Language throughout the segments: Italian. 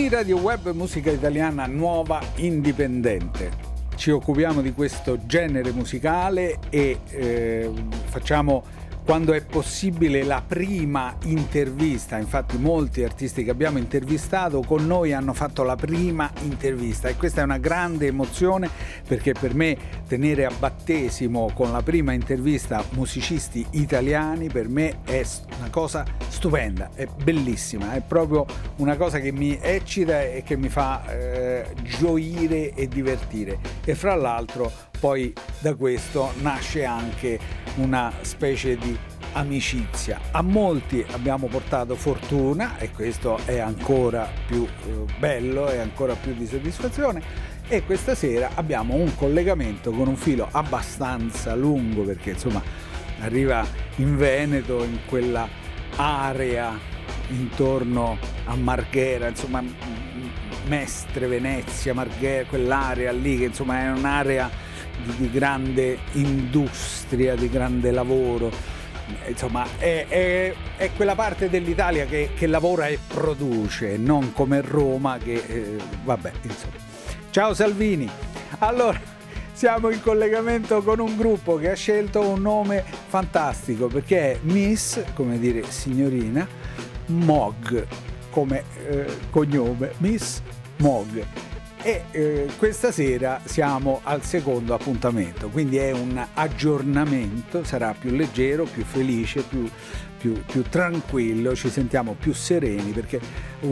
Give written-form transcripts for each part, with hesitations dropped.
Radio Web Musica Italiana Nuova Indipendente. Ci occupiamo di questo genere musicale e facciamo, quando è possibile, la prima intervista. Infatti molti artisti che abbiamo intervistato con noi hanno fatto la prima intervista e questa è una grande emozione, perché per me tenere a battesimo con la prima intervista musicisti italiani, per me è una cosa stupenda, è bellissima, è proprio una cosa che mi eccita e che mi fa gioire e divertire. E fra l'altro poi da questo nasce anche una specie di amicizia. A molti abbiamo portato fortuna e questo è ancora più bello e ancora più di soddisfazione. E questa sera abbiamo un collegamento con un filo abbastanza lungo, perché insomma arriva in Veneto, in quella area intorno a Marghera, insomma Mestre, Venezia, Marghera, quell'area lì che insomma è un'area di grande industria, di grande lavoro, insomma è quella parte dell'Italia che lavora e produce, non come Roma che vabbè, insomma. Ciao Salvini. Allora, siamo in collegamento con un gruppo che ha scelto un nome fantastico, perché è Miss, come dire signorina, Mog come cognome, Miss Mog. E questa sera siamo al secondo appuntamento, quindi è un aggiornamento, sarà più leggero, più felice, più tranquillo, ci sentiamo più sereni, perché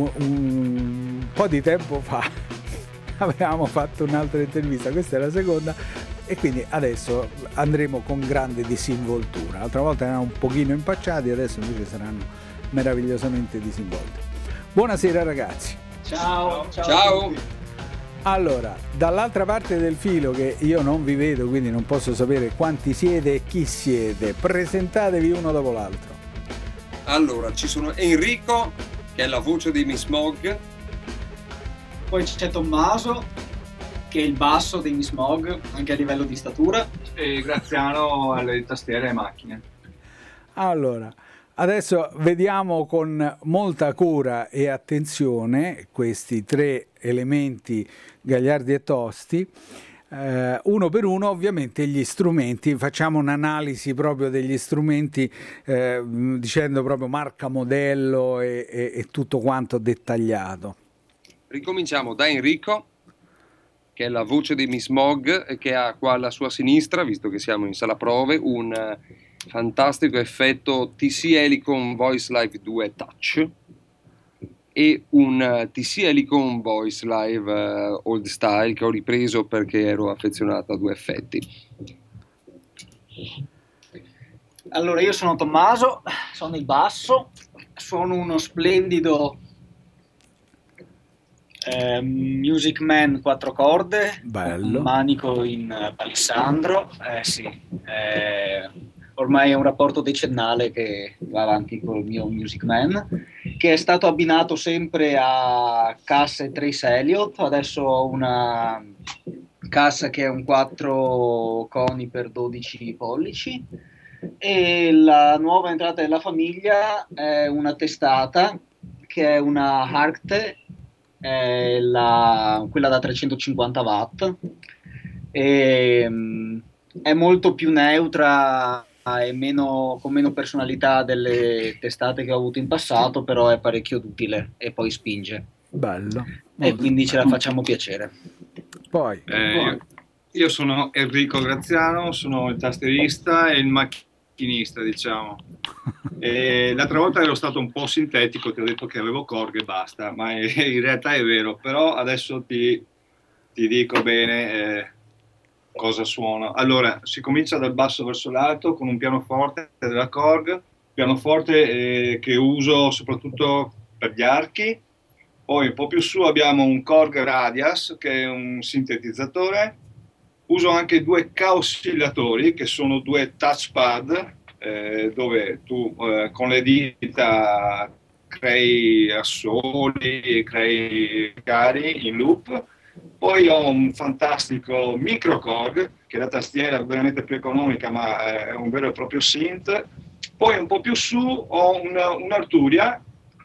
un po' di tempo fa avevamo fatto un'altra intervista, questa è la seconda, e quindi adesso andremo con grande disinvoltura. L'altra volta erano un pochino impacciati, adesso invece saranno meravigliosamente disinvolti. Buonasera ragazzi. Ciao. Allora, dall'altra parte del filo, che io non vi vedo, quindi non posso sapere quanti siete e chi siete, presentatevi uno dopo l'altro. Allora, ci sono Enrico, che è la voce di Miss Mog. Poi c'è Tommaso, che è il basso di Miss Mog, anche a livello di statura. E Graziano alle tastiere e macchine. Allora, adesso vediamo con molta cura e attenzione questi tre elementi gagliardi e tosti, uno per uno, ovviamente gli strumenti. Facciamo un'analisi proprio degli strumenti, dicendo proprio marca, modello e tutto quanto dettagliato. Ricominciamo da Enrico, che è la voce di Miss Mog e che ha qua alla sua sinistra, visto che siamo in sala prove, un fantastico effetto TC Helicon Voice Live 2 Touch e un TC Helicon Voice Live Old Style, che ho ripreso perché ero affezionato a due effetti. Allora, io sono Tommaso, sono il basso, sono uno splendido Music Man 4 corde, bello, un manico in palissandro, ormai è un rapporto decennale che va avanti col mio Music Man, che è stato abbinato sempre a casse Trace Elliot. Adesso ho una cassa che è un 4 coni per 12 pollici e la nuova entrata della famiglia è una testata che è una Harkte, quella da 350 watt, e è molto più neutra e con meno personalità delle testate che ho avuto in passato, però è parecchio duttile e poi spinge. Bello. E quindi ce la facciamo piacere. Poi io sono Enrico Graziano, sono il tastierista e il macchinista, diciamo. E l'altra volta ero stato un po' sintetico, ti ho detto che avevo Korg e basta, ma in realtà è vero, però adesso ti dico bene cosa suono. Allora, si comincia dal basso verso l'alto con un pianoforte della Korg, pianoforte che uso soprattutto per gli archi. Poi un po' più su abbiamo un Korg Radius, che è un sintetizzatore. Uso anche due K-oscillatori, che sono due touchpad, dove tu con le dita crei assoli, crei cari in loop. Poi ho un fantastico micro Korg, che è la tastiera veramente più economica, ma è un vero e proprio synth. Poi un po' più su ho un Arturia,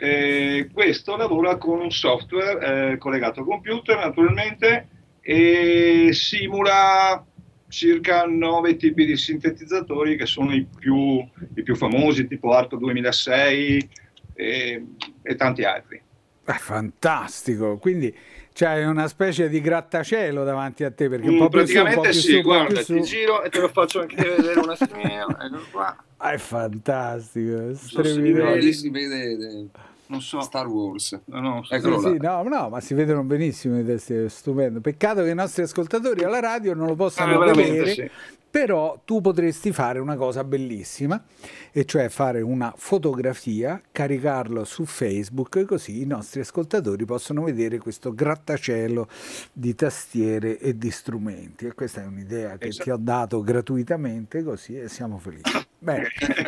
Questo lavora con un software collegato al computer naturalmente e simula circa 9 tipi di sintetizzatori che sono i più famosi, tipo Arco 2006 e tanti altri. Fantastico, quindi c'hai una specie di grattacielo davanti a te, perché un po' praticamente più su, sì, un po' guarda, più su. ti giro e te lo faccio anche vedere un attimino, ecco qua. È fantastico, Lì si vede non so. Star Wars. No, Eccolo sì, no, ma si vedono benissimo i testi, è stupendo. Peccato che i nostri ascoltatori alla radio non lo possano vedere, sì. Però tu potresti fare una cosa bellissima, e cioè fare una fotografia, caricarlo su Facebook, così i nostri ascoltatori possono vedere questo grattacielo di tastiere e di strumenti. E questa è un'idea che ti ho dato gratuitamente, così, e siamo felici. Bene.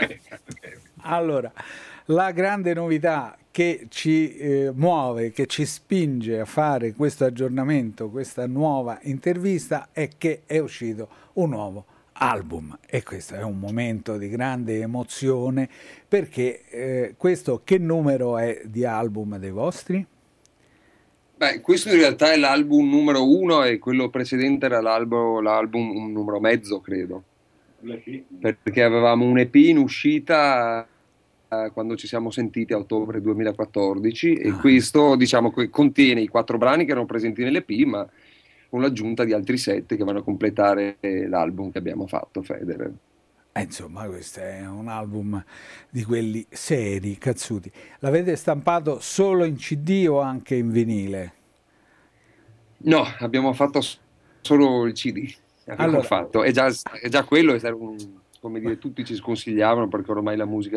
Allora, la grande novità che ci muove, che ci spinge a fare questo aggiornamento, questa nuova intervista, è che è uscito un nuovo album, e questo è un momento di grande emozione, perché questo che numero è di album dei vostri? Beh, questo in realtà è l'album numero 1 e quello precedente era l'album un numero mezzo, credo, perché avevamo un EP in uscita quando ci siamo sentiti a ottobre 2014 e questo, diciamo, contiene i 4 brani che erano presenti nell'EP, ma con l'aggiunta di altri 7 che vanno a completare l'album che abbiamo fatto, Federer. Insomma, questo è un album di quelli seri, cazzuti. L'avete stampato solo in CD o anche in vinile? No, abbiamo fatto solo il CD. Abbiamo fatto. È già quello, come dire, tutti ci sconsigliavano, perché ormai la musica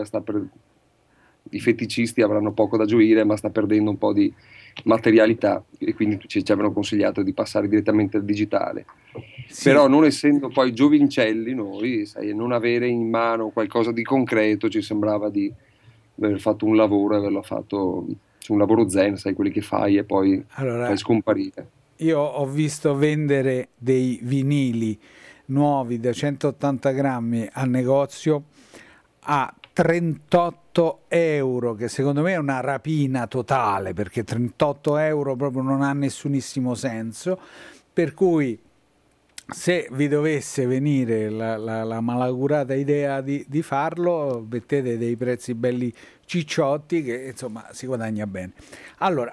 i feticisti avranno poco da gioire, ma sta perdendo un po' di materialità, e quindi ci avevano consigliato di passare direttamente al digitale. Sì. Però non essendo poi giovincelli noi, sai, non avere in mano qualcosa di concreto, ci sembrava di aver fatto un lavoro e averlo fatto su un lavoro zen, sai, quelli che fai e poi fai scomparire. Io ho visto vendere dei vinili nuovi da 180 grammi al negozio a 38 euro, che secondo me è una rapina totale, perché 38 euro proprio non ha nessunissimo senso, per cui se vi dovesse venire la malaugurata idea di farlo, mettete dei prezzi belli cicciotti, che insomma si guadagna bene. Allora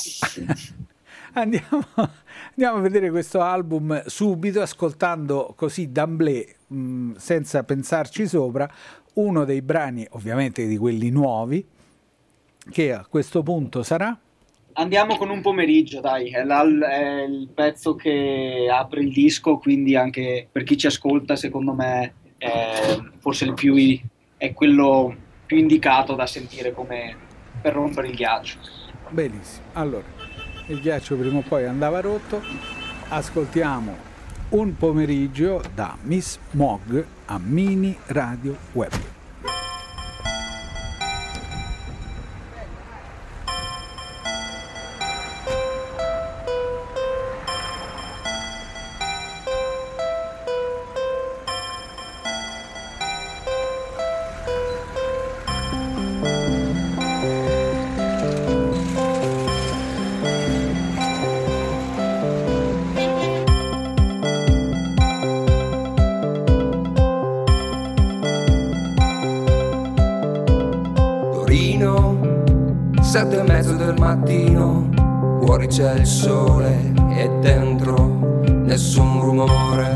andiamo a vedere questo album subito, ascoltando così d'amblè, senza pensarci sopra, uno dei brani, ovviamente di quelli nuovi, che a questo punto sarà... Andiamo con Un pomeriggio, dai, è il pezzo che apre il disco, quindi anche per chi ci ascolta, secondo me, forse è quello più indicato da sentire come per rompere il ghiaccio. Benissimo, allora, il ghiaccio prima o poi andava rotto, ascoltiamo Un pomeriggio da Miss Mog a Mini Radio Web. Fuori c'è il sole e dentro nessun rumore.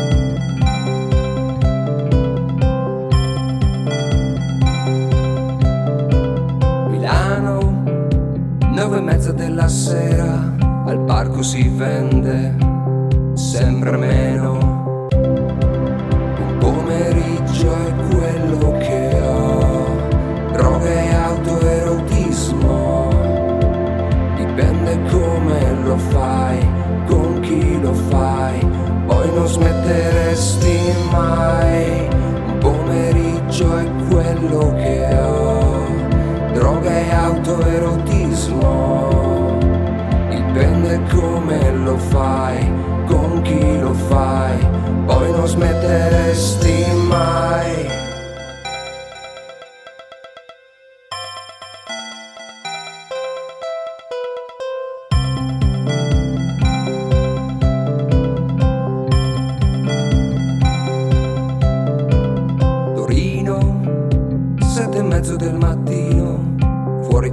Milano, 9:30 della sera, al parco si vende sempre meno. Un pomeriggio è quello che ho, droghe, autoerotismo. Dipende come lo fai, con chi lo fai, poi non smetteresti mai. Un pomeriggio è quello che ho, droga e autoerotismo. Dipende come lo fai, con chi lo fai, poi non smetteresti mai.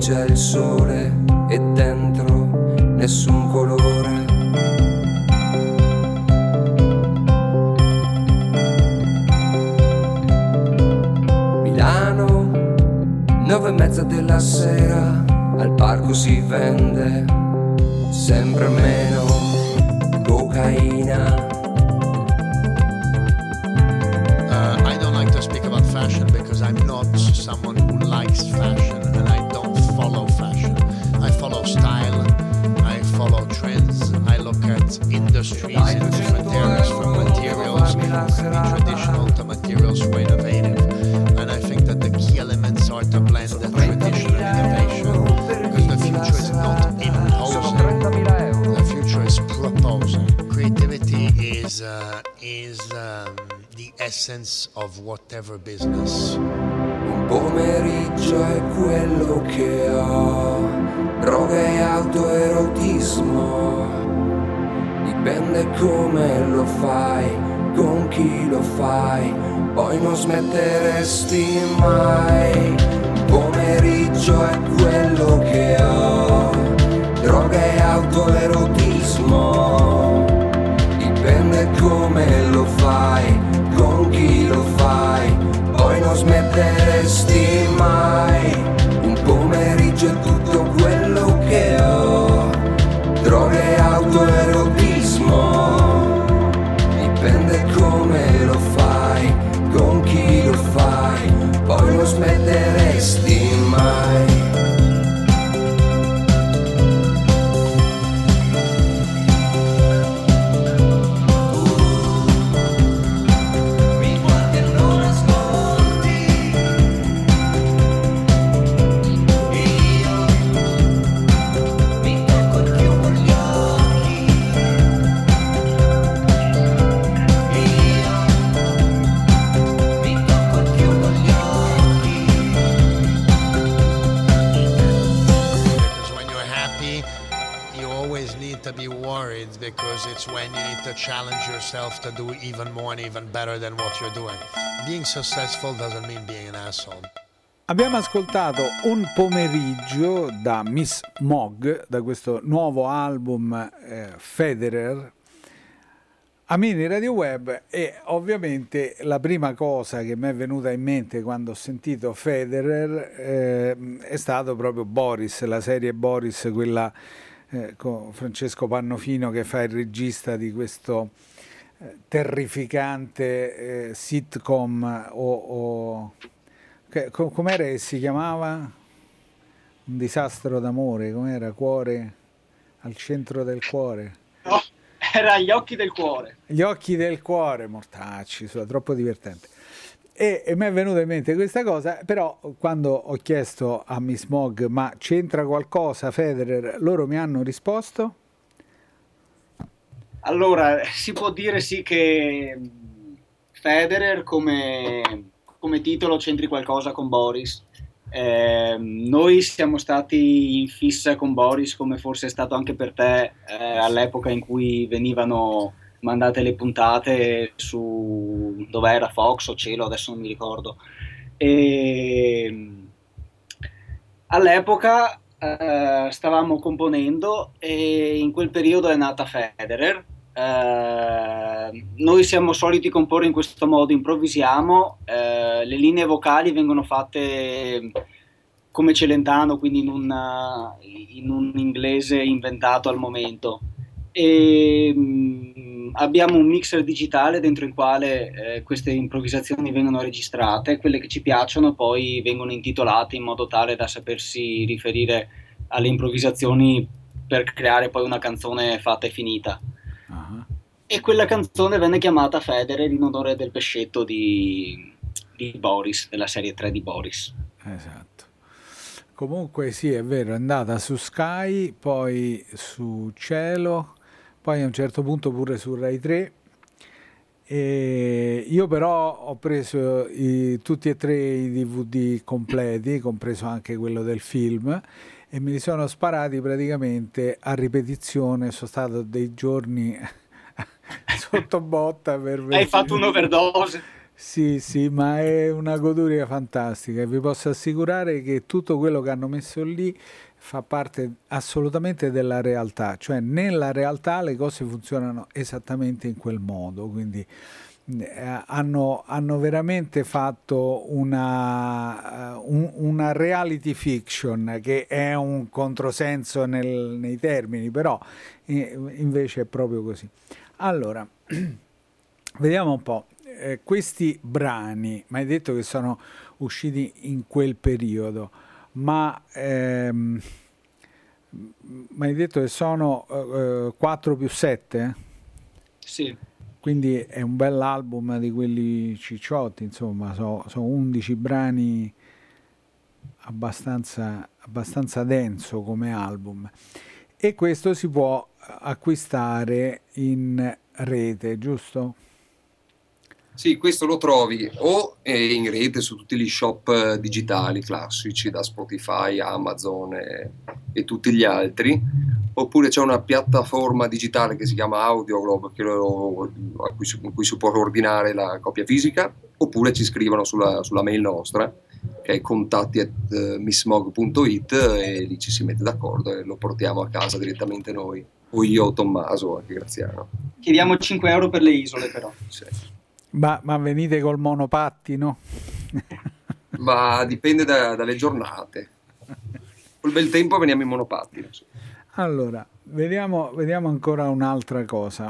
c'è il sole e dentro nessun colore. Milano, 9:30 della sera, al parco si vende sempre meno cocaina. I don't like to speak about fashion because I'm not someone who likes fashion and I don't follow fashion. I follow style, I follow trends, I look at industries in different areas, from materials to be traditional to materials so innovative. And I think that the key elements are to blend the tradition and innovation, because the future is not imposing, the future is proposing. Creativity is the essence of whatever business. Un pomeriggio è quello che ho, droga e autoerotismo. Dipende come lo fai, con chi lo fai, poi non smetteresti mai. Un pomeriggio è quello che ho, droga e autoerotismo. Dipende come lo fai, con chi lo fai, poi non smetteresti mai. Un pomeriggio è tutto quello che ho, droga e autoerotismo. Dipende come lo fai, con chi lo fai, poi non smetteresti mai. Because it's when you need to challenge yourself to do even more and even better than what you're doing. Being successful doesn't mean being an asshole. Abbiamo ascoltato Un pomeriggio da Miss Mog, da questo nuovo album Federer, a Mini Radio Web, e ovviamente la prima cosa che mi è venuta in mente quando ho sentito Federer è stato proprio Boris, la serie Boris, quella con Francesco Pannofino che fa il regista di questo terrificante sitcom com'era che si chiamava? Un disastro d'amore, com'era? Cuore al centro del cuore. No, era Gli occhi del cuore. Gli occhi del cuore, mortacci, troppo divertente. E mi è venuta in mente questa cosa, però quando ho chiesto a Miss Mog ma c'entra qualcosa Federer, loro mi hanno risposto? Allora, si può dire sì che Federer come titolo c'entri qualcosa con Boris. Noi siamo stati in fissa con Boris, come forse è stato anche per te all'epoca in cui venivano mandate le puntate su dove era Fox o Cielo, adesso non mi ricordo. E all'epoca stavamo componendo e in quel periodo è nata Federer. Noi siamo soliti comporre in questo modo, improvvisiamo, le linee vocali vengono fatte come Celentano, quindi in un inglese inventato al momento, e abbiamo un mixer digitale dentro il quale queste improvvisazioni vengono registrate, quelle che ci piacciono poi vengono intitolate in modo tale da sapersi riferire alle improvvisazioni per creare poi una canzone fatta e finita. Uh-huh. E quella canzone venne chiamata Federer in onore del pescetto di Boris, della serie 3 di Boris. Esatto. Comunque sì, è vero, è andata su Sky, poi su Cielo, poi a un certo punto pure su Rai 3. E io però ho preso tutti e tre i DVD completi, compreso anche quello del film, e me li sono sparati praticamente a ripetizione. Sono stato dei giorni sotto botta per hai fatto un'overdose? Sì, sì, ma è una goduria fantastica e vi posso assicurare che tutto quello che hanno messo lì fa parte assolutamente della realtà, cioè nella realtà le cose funzionano esattamente in quel modo, quindi hanno veramente fatto una reality fiction che è un controsenso nei termini, però invece è proprio così. Allora, vediamo un po'. Questi brani, mi hai detto che sono usciti in quel periodo, ma mi hai detto che sono 4 più 7? Sì. Quindi è un bell'album di quelli cicciotti, insomma, sono 11 brani abbastanza denso come album. E questo si può acquistare in rete, giusto? Sì, questo lo trovi o in rete su tutti gli shop digitali classici, da Spotify, Amazon e tutti gli altri, oppure c'è una piattaforma digitale che si chiama Audioglobe in cui si può ordinare la copia fisica, oppure ci scrivono sulla mail nostra, che è contatti@missmog.it, e lì ci si mette d'accordo e lo portiamo a casa direttamente noi, o io o Tommaso, anche Graziano. Chiediamo 5 euro per le isole, però. Sì. Ma venite col monopattino? Ma dipende dalle giornate. Col bel tempo veniamo in monopattino. Sì. Allora, vediamo ancora un'altra cosa.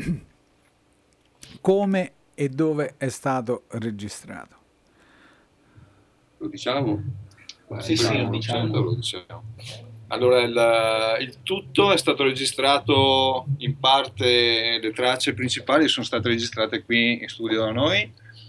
Come e dove è stato registrato? Lo diciamo? Sì, lo diciamo. Certo, lo diciamo. Allora, il tutto è stato registrato, in parte le tracce principali sono state registrate qui in studio da noi,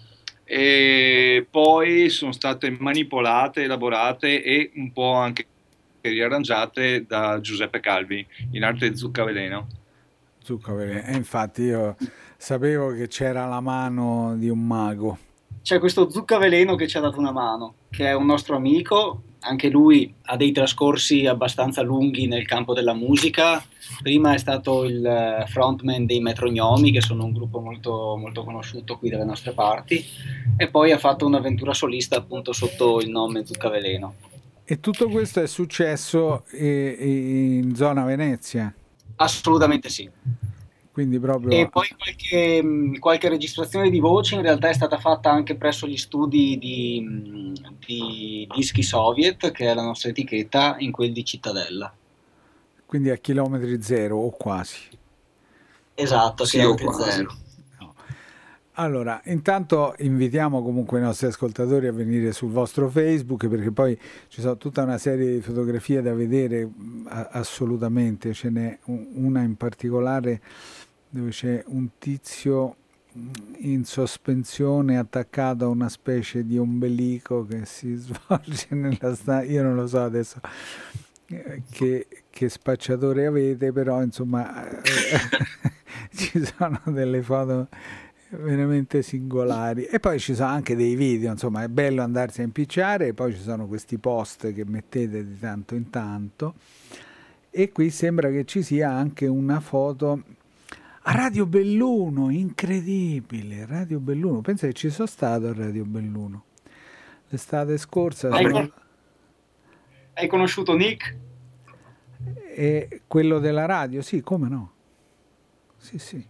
e poi sono state manipolate, elaborate e un po' anche riarrangiate da Giuseppe Calvi, in arte Zuccaveleno. Zuccaveleno. E infatti io sapevo che c'era la mano di un mago. C'è questo Zuccaveleno che ci ha dato una mano, che è un nostro amico, anche lui ha dei trascorsi abbastanza lunghi nel campo della musica. Prima è stato il frontman dei Metrognomi, che sono un gruppo molto, molto conosciuto qui dalle nostre parti, e poi ha fatto un'avventura solista appunto sotto il nome Zuccaveleno. E tutto questo è successo in zona Venezia? Assolutamente sì. Quindi proprio... E poi qualche registrazione di voce in realtà è stata fatta anche presso gli studi di Dischi Soviet, che è la nostra etichetta, in quel di Cittadella. Quindi a chilometri zero o quasi. Esatto, sì, o chilometri zero. No. Allora, intanto invitiamo comunque i nostri ascoltatori a venire sul vostro Facebook, perché poi ci sono tutta una serie di fotografie da vedere, assolutamente. Ce n'è una in particolare dove c'è un tizio in sospensione attaccato a una specie di ombelico che si svolge nella stanza. Io non lo so adesso che spacciatore avete, però insomma ci sono delle foto veramente singolari, e poi ci sono anche dei video, insomma è bello andarsi a impicciare, e poi ci sono questi post che mettete di tanto in tanto, e qui sembra che ci sia anche una foto a Radio Belluno, incredibile, Radio Belluno, pensa che ci sono stato a Radio Belluno l'estate scorsa. Hai conosciuto Nick? E quello della radio, sì, come no? Sì.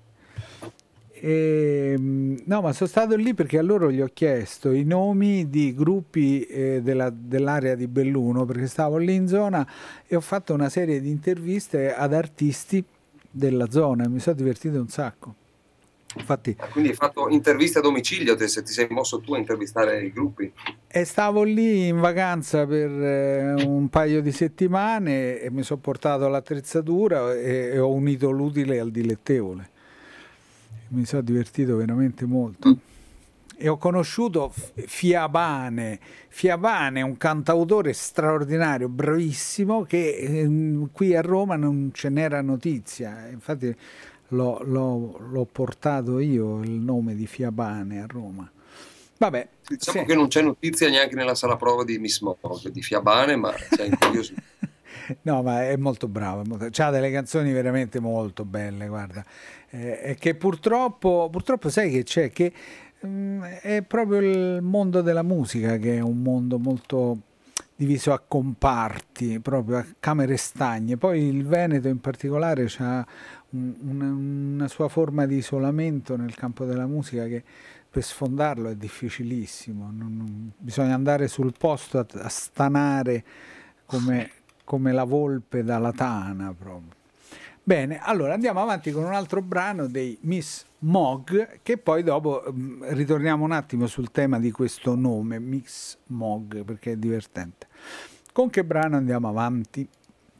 No, ma sono stato lì perché a loro gli ho chiesto i nomi di gruppi dell'area di Belluno, perché stavo lì in zona e ho fatto una serie di interviste ad artisti della zona e mi sono divertito un sacco. Infatti, quindi hai fatto interviste a domicilio, se ti sei mosso tu a intervistare i gruppi? E stavo lì in vacanza per un paio di settimane e mi sono portato l'attrezzatura e ho unito l'utile al dilettevole. Mi sono divertito veramente molto. E ho conosciuto Fiabane, un cantautore straordinario, bravissimo, che qui a Roma non ce n'era notizia. Infatti l'ho portato io il nome di Fiabane a Roma. Vabbè, diciamo che non c'è notizia neanche nella sala prova di Miss Mog di Fiabane, ma c'è incuriosito. No, ma è molto bravo, c'ha delle canzoni veramente molto belle, guarda. Che purtroppo sai che c'è, che è proprio il mondo della musica, che è un mondo molto diviso a comparti, proprio a camere stagne. Poi il Veneto in particolare ha una sua forma di isolamento nel campo della musica che per sfondarlo è difficilissimo. Bisogna andare sul posto a stanare come la volpe dalla tana proprio. Bene, allora andiamo avanti con un altro brano dei Miss Mogg, che poi dopo ritorniamo un attimo sul tema di questo nome, Miss Mogg, perché è divertente. Con che brano andiamo avanti?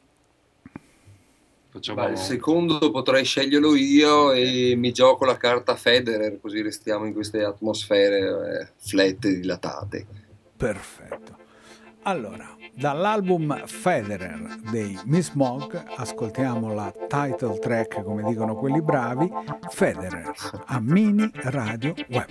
Il secondo potrei sceglierlo io e mi gioco la carta Federer, così restiamo in queste atmosfere flette, dilatate. Perfetto. Allora, dall'album Federer dei Miss Mogg ascoltiamo la title track, come dicono quelli bravi, Federer a Mini Radio Web.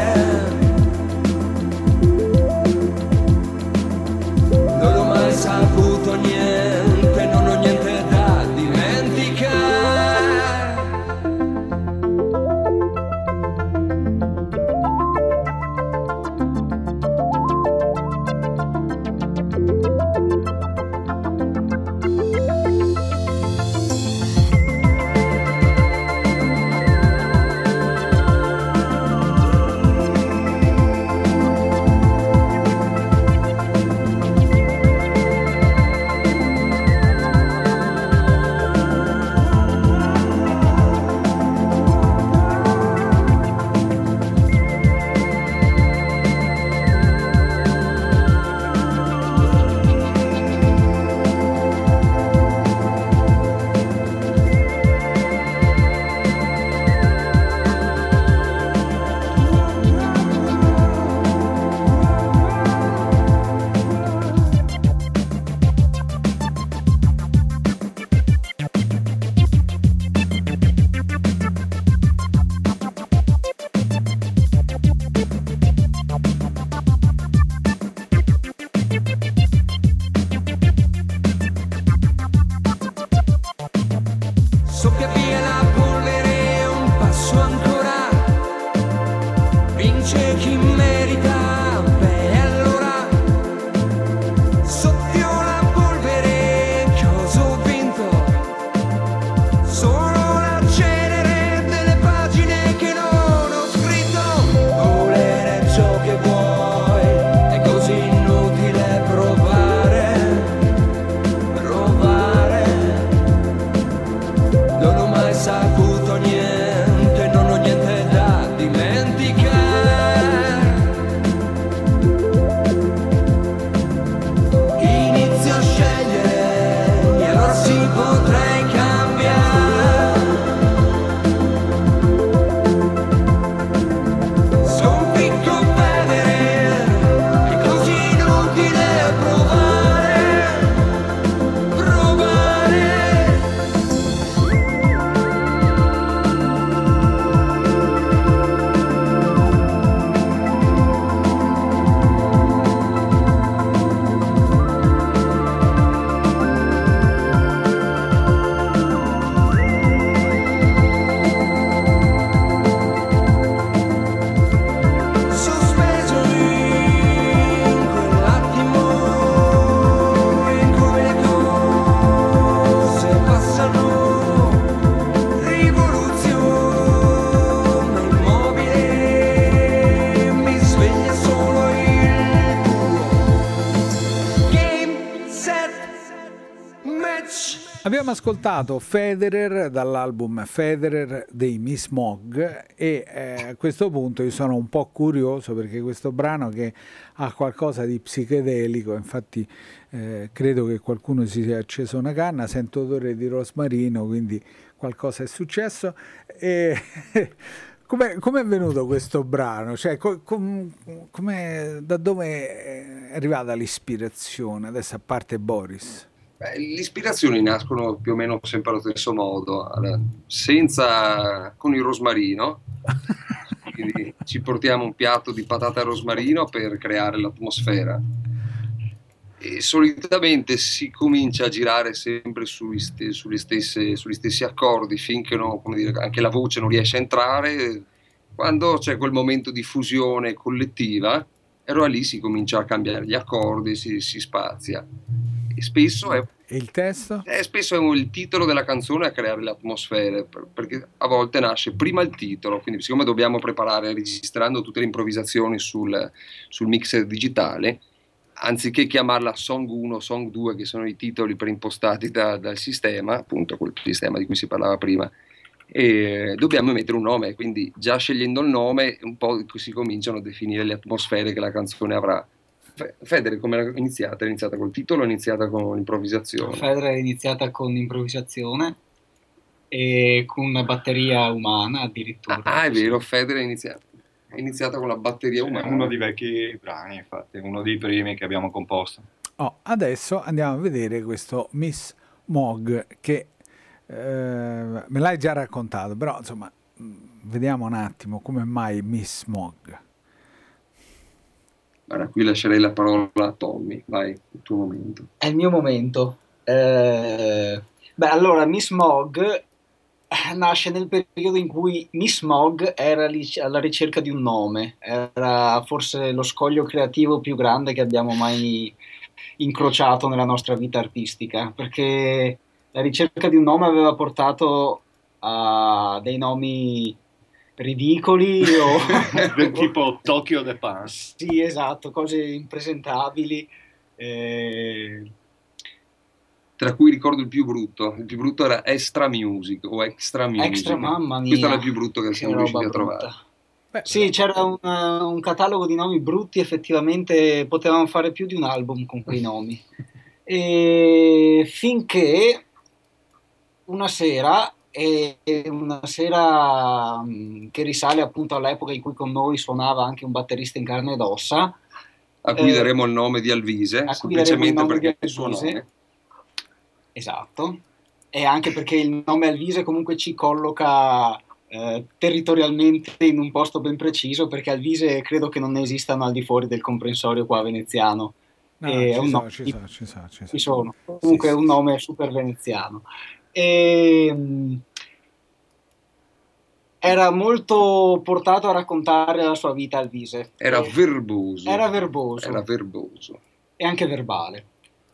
Non ho mai saputo sotto la polvere che ho vinto. Sono la cenere delle pagine che non ho scritto. Volere ciò che vuoi è così inutile provare. Non ho mai saputo niente, non ho niente da dimenticare. Inizio a scegliere e allora si potrei cambiare. Sconficco perdere, è così inutile provare. Sospeso in quell'attimo in cui le cose passano, rivoluzione immobile, mi sveglia solo il tuo game, set, match. Abbiamo ascoltato Federer dall'album Federer dei Miss Mogg e a questo punto io sono un po' curioso perché questo brano che ha qualcosa di psichedelico, infatti credo che qualcuno si sia acceso una canna, sento odore di rosmarino, quindi qualcosa è successo. E come è venuto questo brano? Cioè, da dove è arrivata l'ispirazione? Adesso a parte Boris. Le ispirazioni nascono più o meno sempre allo stesso modo, con il rosmarino, quindi ci portiamo un piatto di patate al rosmarino per creare l'atmosfera e solitamente si comincia a girare sempre sugli stessi accordi finché anche la voce non riesce a entrare. Quando c'è quel momento di fusione collettiva, allora lì si comincia a cambiare gli accordi, si spazia. Spesso è E il testo? Spesso è il titolo della canzone a creare le atmosfere, perché a volte nasce prima il titolo, quindi siccome dobbiamo preparare registrando tutte le improvvisazioni sul mixer digitale, anziché chiamarla Song 1, Song 2, che sono i titoli preimpostati dal sistema, appunto quel sistema di cui si parlava prima, e dobbiamo mettere un nome, quindi già scegliendo il nome un po' si cominciano a definire le atmosfere che la canzone avrà. Federer come è iniziata? È iniziata col titolo o è iniziata con l'improvvisazione? Federer è iniziata con improvvisazione e con una batteria umana addirittura. È vero, Federer è iniziata con la batteria umana. Uno dei vecchi brani, infatti, uno dei primi che abbiamo composto. Adesso andiamo a vedere questo Miss Mogg che me l'hai già raccontato, però insomma vediamo un attimo come mai Miss Mogg. Allora, qui lascerei la parola a Tommy, vai, il tuo momento. È il mio momento. Allora, Miss Mogg nasce nel periodo in cui Miss Mogg era alla ricerca di un nome, era forse lo scoglio creativo più grande che abbiamo mai incrociato nella nostra vita artistica, perché la ricerca di un nome aveva portato a dei nomi ridicoli del tipo Tokyo The Pants. Sì, esatto, cose impresentabili. Tra cui ricordo il più brutto era Extra Music o Extra Music. Extra, mamma mia. Questo era il più brutto che siamo riusciti a trovare. Sì, c'era un catalogo di nomi brutti, effettivamente potevamo fare più di un album con quei nomi. E finché una sera che risale appunto all'epoca in cui con noi suonava anche un batterista in carne ed ossa, a cui daremo il nome di Alvise, semplicemente perché è il suo nome. Esatto, e anche perché il nome Alvise comunque ci colloca territorialmente in un posto ben preciso, perché Alvise credo che non ne esistano al di fuori del comprensorio qua veneziano. Ci sono. Comunque sì, è un nome super veneziano. Era molto portato a raccontare la sua vita Alvise. Era verboso. Era verboso. Era verboso. E anche verbale.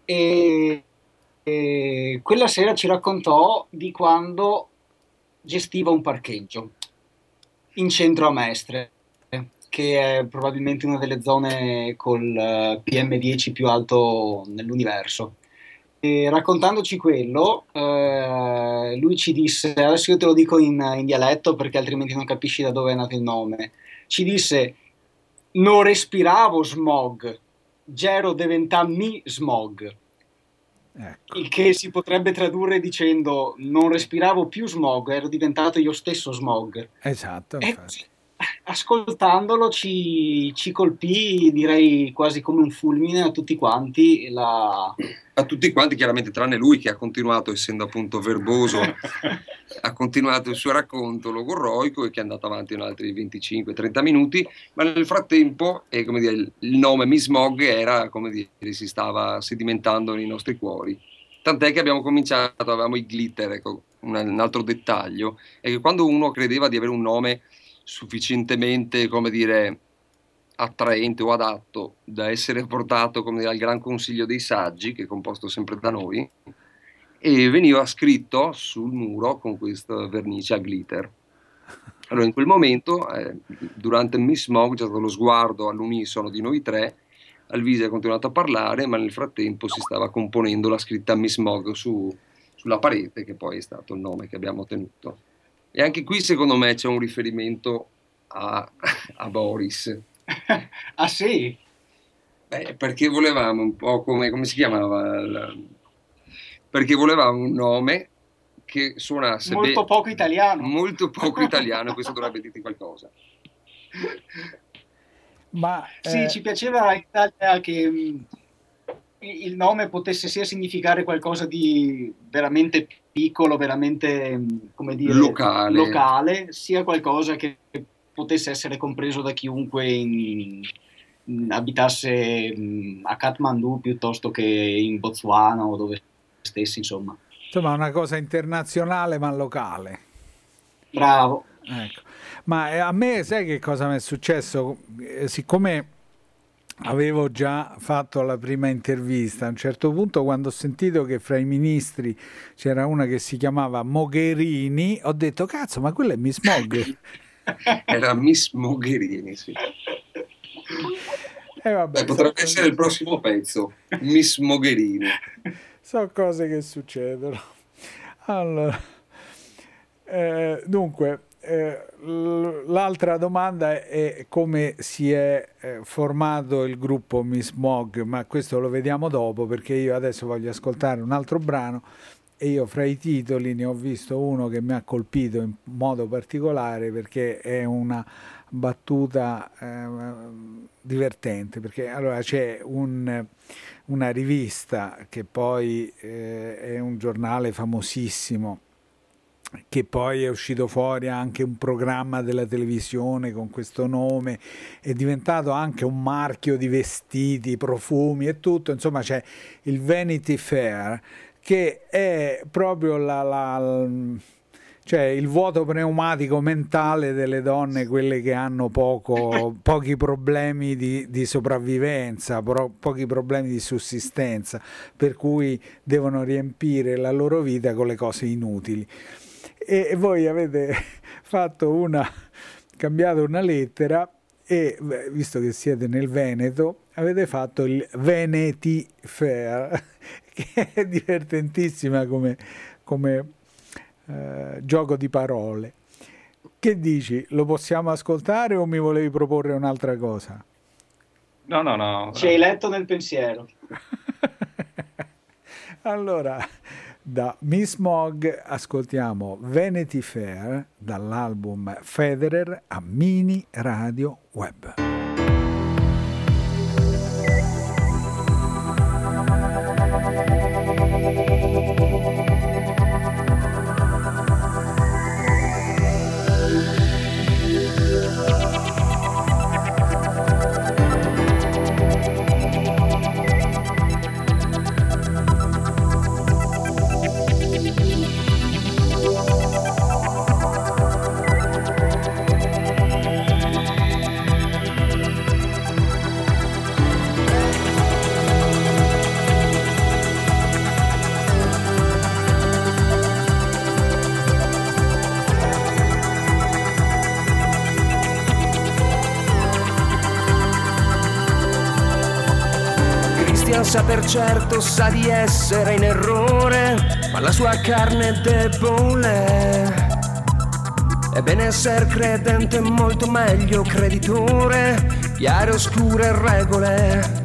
e quella sera ci raccontò di quando gestiva un parcheggio in centro a Mestre, che è probabilmente una delle zone col PM10 più alto nell'universo. E raccontandoci quello, lui ci disse, adesso io te lo dico in dialetto perché altrimenti non capisci da dove è nato il nome, ci disse: non respiravo smog, gero diventami smog. Ecco. Il che si potrebbe tradurre dicendo: non respiravo più smog, ero diventato io stesso smog. Esatto, E infatti. ascoltandolo ci colpì, direi quasi come un fulmine a tutti quanti. A tutti quanti, chiaramente, tranne lui che ha continuato, essendo appunto verboso, ha continuato il suo racconto logorroico e che è andato avanti in altri 25-30 minuti, ma nel frattempo come dire, il nome Miss Mogg era, come dire, si stava sedimentando nei nostri cuori. Tant'è che abbiamo cominciato, avevamo i glitter, ecco, un altro dettaglio, è che quando uno credeva di avere un nome sufficientemente, come dire, attraente o adatto da essere portato, come dire, al Gran Consiglio dei Saggi, che è composto sempre da noi, e veniva scritto sul muro con questa vernice a glitter. Allora in quel momento, durante Miss Mogg, c'è stato lo sguardo all'unisono di noi tre, Alvise ha continuato a parlare, ma nel frattempo si stava componendo la scritta Miss Mogg sulla parete, che poi è stato il nome che abbiamo ottenuto. E anche qui secondo me c'è un riferimento a Boris. Ah sì? Perché volevamo un po' come si chiamava? Perché volevamo un nome che suonasse molto poco italiano. Molto poco italiano, questo dovrebbe dirti qualcosa. Ma sì, ci piaceva in Italia che il nome potesse sia significare qualcosa di veramente piccolo, veramente, come dire, locale, sia qualcosa che potesse essere compreso da chiunque abitasse a Kathmandu piuttosto che in Botswana o dove stessi, insomma. Insomma, una cosa internazionale ma locale. Bravo. Ecco. Ma a me, sai che cosa mi è successo? Siccome avevo già fatto la prima intervista, a un certo punto, quando ho sentito che fra i ministri c'era una che si chiamava Mogherini, ho detto: cazzo, ma quella è Miss Mogg. Era Miss Mogherini, sì. Vabbè, potrebbe essere il prossimo pezzo, Miss Mogherini. Sono cose che succedono. Allora, dunque, l'altra domanda è come si è formato il gruppo Miss Mogg, ma questo lo vediamo dopo, perché io adesso voglio ascoltare un altro brano e io fra i titoli ne ho visto uno che mi ha colpito in modo particolare, perché è una battuta divertente, perché allora c'è una rivista che poi è un giornale famosissimo, che poi è uscito fuori anche un programma della televisione con questo nome, è diventato anche un marchio di vestiti, profumi e tutto, insomma c'è il Vanity Fair, che è proprio cioè il vuoto pneumatico mentale delle donne, quelle che hanno pochi problemi di sopravvivenza, pochi problemi di sussistenza, per cui devono riempire la loro vita con le cose inutili. E voi avete cambiato una lettera e, visto che siete nel Veneto, avete fatto il Vanity Fair, che è divertentissima come gioco di parole. Che dici? Lo possiamo ascoltare o mi volevi proporre un'altra cosa? No. Ci hai letto nel pensiero. Allora, da Miss Mogg ascoltiamo Vanity Fair dall'album Federer a Mini Radio Web. Christian sa per certo, sa di essere in errore, ma la sua carne è debole. Ebbene essere credente è molto meglio creditore, chiare oscure regole.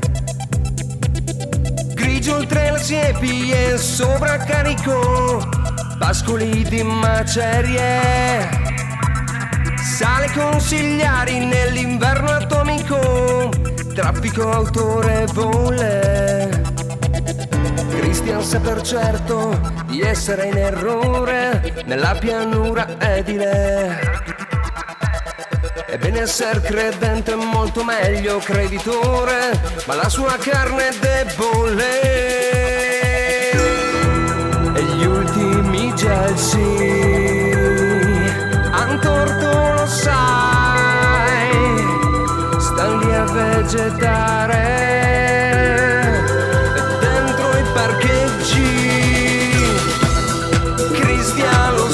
Grigio oltre la siepi e sovraccarico, pascoli di macerie, sale consigliari nell'inverno atomico, traffico autorevole. Christian sa per certo di essere in errore nella pianura edile. Ebbene essere credente è molto meglio creditore, ma la sua carne è debole. E gli ultimi gelsi han torto, lo sai, stan lì a vegetare dentro i parcheggi. Christian lo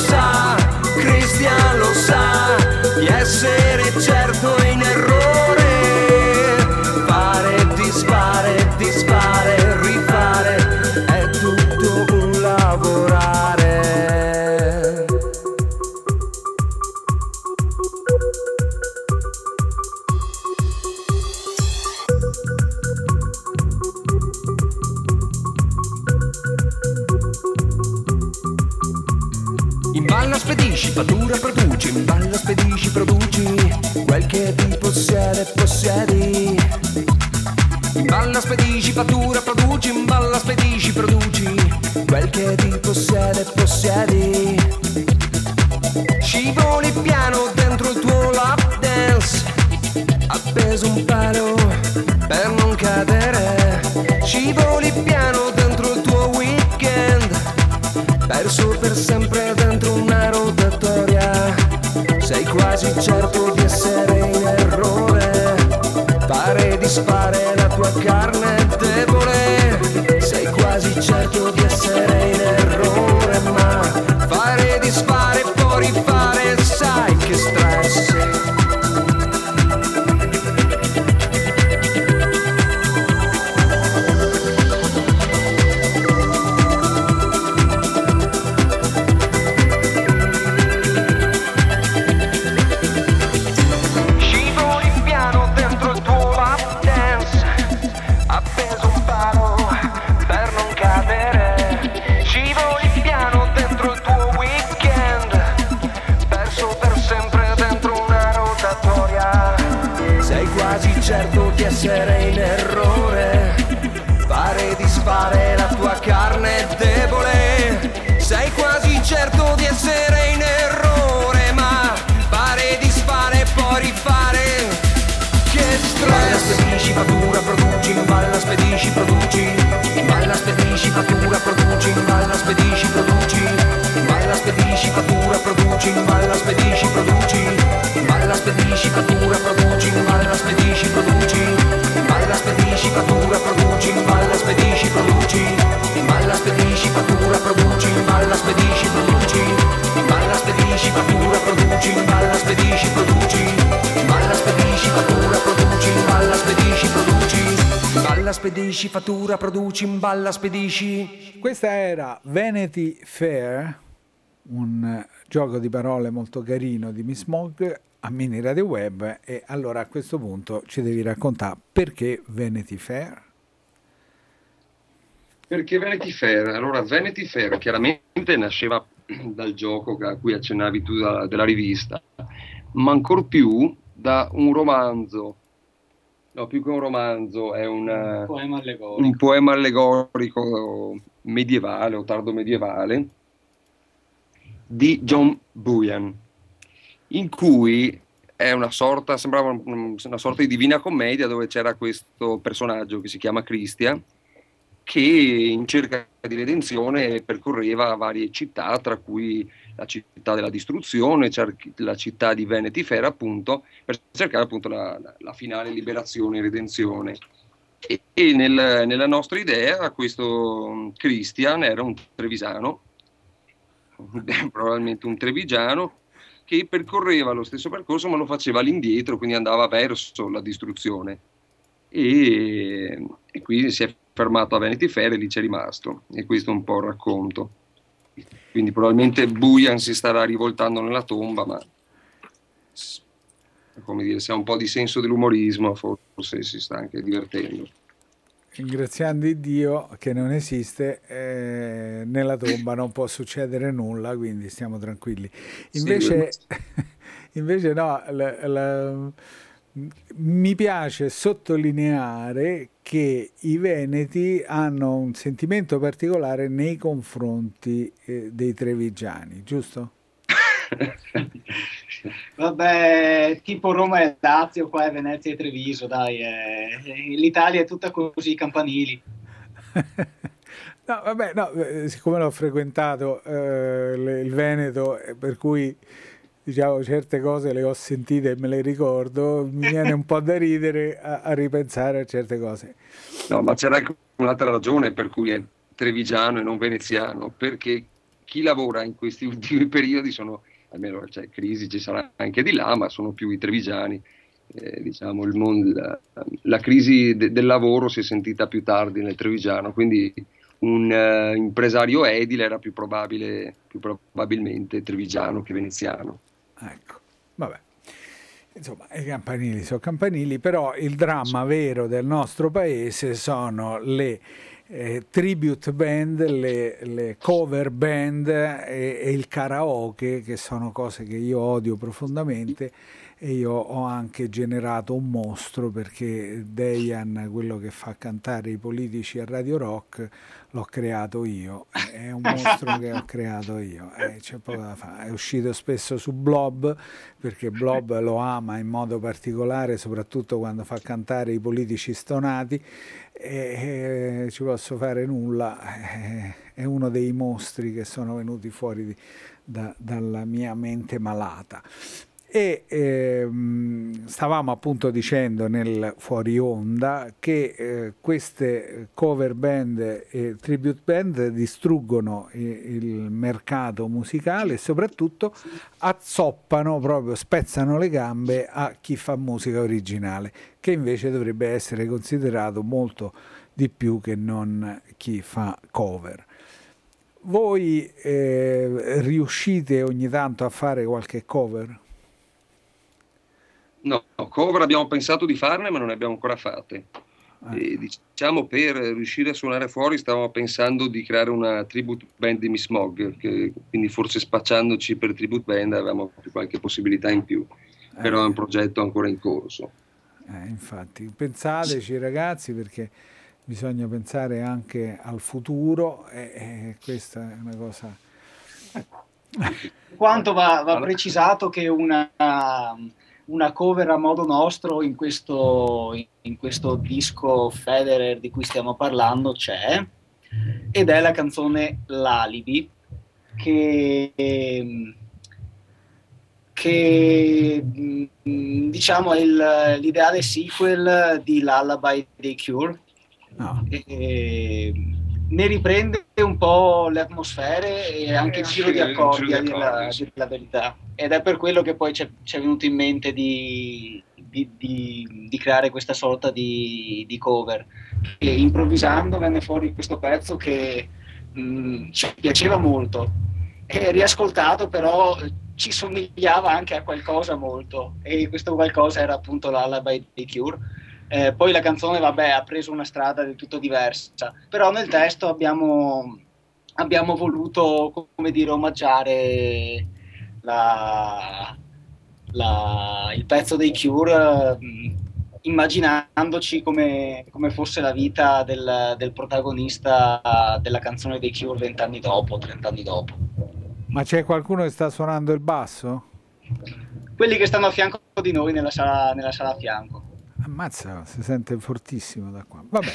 sa di essere certo in errore, fare, disfare, rifare, è tutto un lavorare. Imballa, spedisci, fattura, produci, imballa, spedisci, produci, quel che ti possiede, possiedi. Imballa, spedisci, fattura, produci, imballa, spedisci, produci, quel che ti possiede, possiedi. Scivoli piano dentro il tuo lap dance, appeso un palo per non cadere. Scivoli piano dentro il tuo weekend, perso per sempre dentro una rotatoria. Sei quasi certo di essere in errore, fare e disfare, la tua carne è debole. Sei quasi certo di essere in errore, ma fare e disfare, poi rifare, sai che stress. Certo di essere in errore, fare e disfare, la tua carne è debole. Sei quasi certo di essere in errore, ma fare e disfare, poi rifare, che stress. Spedisci, fattura, produci, imballa, spedisci, produci, imballa, spedisci, fattura, produci, imballa, spedisci, produci, imballa, spedisci, fattura, produci, imballa, spedisci, produci, imballa, spedisci, fattura, produci, imballa, spedisci, produci, imballa, spedisci, fattura, produci, imballa, spedisci, produci, imballa, spedisci, fattura, produci, imballa, spedisci, produci, imballa, spedisci, fattura, produci, imballa, spedisci, produci, imballa, spedisci, fattura, produci, imballa, spedisci, produci, imballa, spedisci, fattura, produci, imballa, spedisci. Questa era Vanity Fair, un gioco di parole molto carino di Miss Mogg a Mini Radio Web. E allora a questo punto ci devi raccontare perché Vanity Fair? Perché Vanity Fair? Allora, Vanity Fair chiaramente nasceva dal gioco a cui accennavi tu della rivista, ma ancor più da un romanzo. No, più che un romanzo, è un poema allegorico medievale o tardo medievale di John Bunyan, in cui è una sorta, sembrava una sorta di Divina Commedia, dove c'era questo personaggio che si chiama Christian, che in cerca di redenzione percorreva varie città, tra cui la città della distruzione, la città di Vanity Fair, appunto, per cercare appunto la finale liberazione e redenzione. E nella nostra idea questo Christian era un trevisano, probabilmente un trevigiano, che percorreva lo stesso percorso ma lo faceva all'indietro, quindi andava verso la distruzione. E quindi si è fermato a Vanity Fair e lì c'è rimasto, e questo è un po' il racconto. Quindi probabilmente Bujan si starà rivoltando nella tomba, ma come dire, se ha un po' di senso dell'umorismo forse si sta anche divertendo. Ringraziando Dio che non esiste, nella tomba non può succedere nulla, quindi stiamo tranquilli. Invece, invece no, mi piace sottolineare che i veneti hanno un sentimento particolare nei confronti dei trevigiani, giusto? Vabbè, tipo Roma e Lazio, qua è Venezia e Treviso, dai, l'Italia è tutta così, campanili. No, vabbè, no, siccome l'ho frequentato il Veneto, per cui diciamo certe cose le ho sentite e me le ricordo, mi viene un po' da ridere a ripensare a certe cose. No, ma c'era anche un'altra ragione per cui è trevigiano e non veneziano, perché chi lavora in questi ultimi periodi sono, almeno c'è crisi, ci sarà anche di là, ma sono più i trevigiani. Diciamo la crisi del lavoro si è sentita più tardi nel trevigiano, quindi un impresario edile era più probabilmente trevigiano che veneziano. Ecco, vabbè. Insomma, i campanili sono campanili, però il dramma vero del nostro paese sono le tribute band, le cover band e il karaoke, che sono cose che io odio profondamente, e io ho anche generato un mostro, perché Dejan, quello che fa cantare i politici a Radio Rock, l'ho creato io, è un mostro che ho creato io, c'è poco da fare. È uscito spesso su Blob, perché Blob lo ama in modo particolare, soprattutto quando fa cantare i politici stonati, e ci posso fare nulla, è uno dei mostri che sono venuti fuori dalla mia mente malata. E stavamo appunto dicendo nel fuori onda che queste cover band e tribute band distruggono il mercato musicale e soprattutto azzoppano, proprio spezzano le gambe a chi fa musica originale, che invece dovrebbe essere considerato molto di più che non chi fa cover. Voi riuscite ogni tanto a fare qualche cover? No, cover abbiamo pensato di farne, ma non ne abbiamo ancora fatte. E, diciamo, per riuscire a suonare fuori stavamo pensando di creare una tribute band di Miss Mogg, quindi forse spacciandoci per tribute band avevamo qualche possibilità in più, però è un progetto ancora in corso. Infatti, pensateci ragazzi, perché bisogna pensare anche al futuro, e questa è una cosa... Quanto va precisato che una cover a modo nostro in questo disco Federer di cui stiamo parlando c'è, ed è la canzone L'Alibi, che diciamo è l'ideale sequel di Lullaby dei Cure. No. Ne riprende un po' le atmosfere e anche il giro di accordi, a dire la verità, ed è per quello che poi ci è venuto in mente di creare questa sorta di cover, e improvvisando venne fuori questo pezzo che ci piaceva molto, e riascoltato però ci somigliava anche a qualcosa molto, e questo qualcosa era appunto Lullaby dei Cure. Poi la canzone, vabbè, ha preso una strada del tutto diversa, però nel testo abbiamo voluto, come dire, omaggiare il pezzo dei Cure, immaginandoci come fosse la vita del protagonista della canzone dei Cure 20 anni dopo, 30 anni dopo. Ma c'è qualcuno che sta suonando il basso? Quelli che stanno a fianco di noi nella sala a fianco. Ammazza, si sente fortissimo da qua. Vabbè.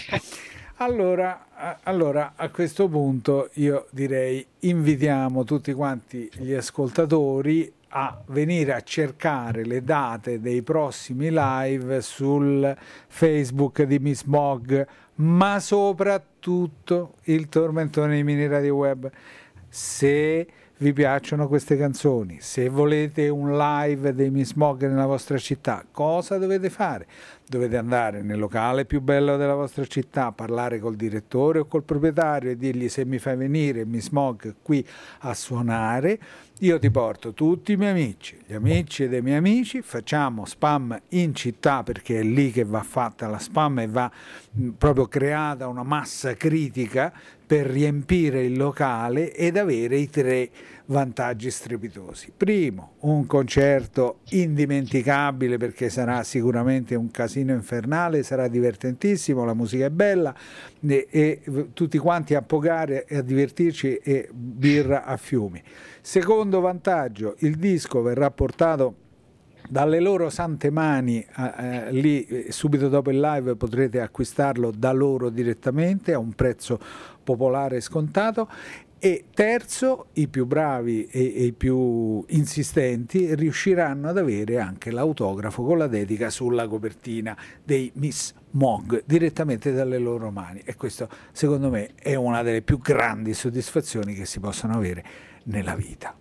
Allora, a questo punto io direi invitiamo tutti quanti gli ascoltatori a venire a cercare le date dei prossimi live sul Facebook di Miss Mogg, ma soprattutto il tormentone di Mini Radio Web. Se vi piacciono queste canzoni, se volete un live dei Miss Mogg nella vostra città, cosa dovete fare? Dovete andare nel locale più bello della vostra città, parlare col direttore o col proprietario e dirgli: se mi fai venire Miss Mogg qui a suonare, io ti porto tutti i miei amici, gli amici dei miei amici, facciamo spam in città, perché è lì che va fatta la spam e va proprio creata una massa critica per riempire il locale ed avere i 3 vantaggi strepitosi. Primo, un concerto indimenticabile, perché sarà sicuramente un casino infernale, sarà divertentissimo, la musica è bella e tutti quanti a pogare e a divertirci, e birra a fiumi. Secondo vantaggio, il disco verrà portato dalle loro sante mani, lì subito dopo il live potrete acquistarlo da loro direttamente a un prezzo popolare e scontato. E terzo, i più bravi e i più insistenti riusciranno ad avere anche l'autografo con la dedica sulla copertina dei Miss Mogg direttamente dalle loro mani, e questo secondo me è una delle più grandi soddisfazioni che si possono avere nella vita.